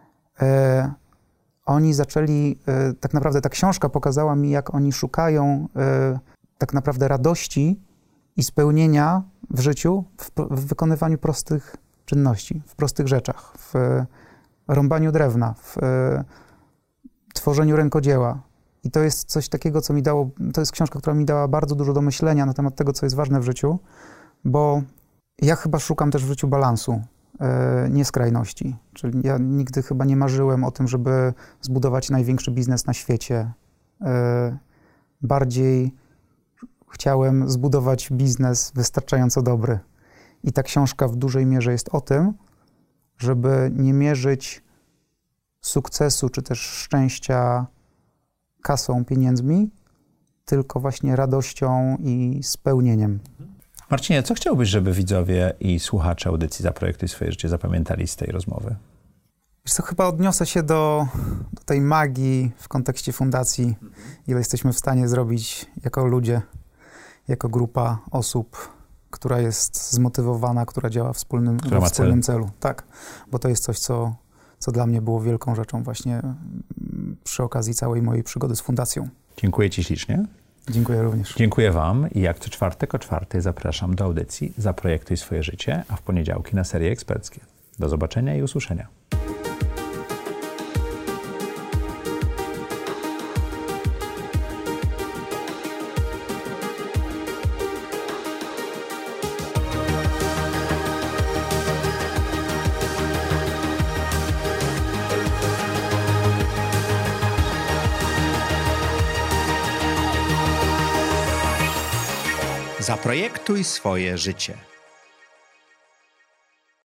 oni zaczęli, tak naprawdę ta książka pokazała mi, jak oni szukają tak naprawdę radości i spełnienia w życiu w wykonywaniu prostych czynności, w prostych rzeczach, w rąbaniu drewna, w tworzeniu rękodzieła. I to jest coś takiego, co mi dało, to jest książka, która mi dała bardzo dużo do myślenia na temat tego, co jest ważne w życiu, bo ja chyba szukam też w życiu balansu, nie skrajności. Czyli ja nigdy chyba nie marzyłem o tym, żeby zbudować największy biznes na świecie. Bardziej chciałem zbudować biznes wystarczająco dobry. I ta książka w dużej mierze jest o tym, żeby nie mierzyć sukcesu czy też szczęścia kasą, pieniędzmi, tylko właśnie radością i spełnieniem. Marcinie, co chciałbyś, żeby widzowie i słuchacze audycji Zaprojektuj swoje życie zapamiętali z tej rozmowy? Wiesz co, chyba odniosę się do tej magii w kontekście fundacji, ile jesteśmy w stanie zrobić jako ludzie, jako grupa osób, która jest zmotywowana, która działa we wspólnym celu. Tak, bo to jest coś, co dla mnie było wielką rzeczą właśnie przy okazji całej mojej przygody z fundacją. Dziękuję Ci ślicznie. Dziękuję również. Dziękuję Wam i jak co czwartek o czwartej zapraszam do audycji Zaprojektuj swoje życie, a w poniedziałki na serie eksperckie. Do zobaczenia i usłyszenia. Zaprojektuj swoje życie.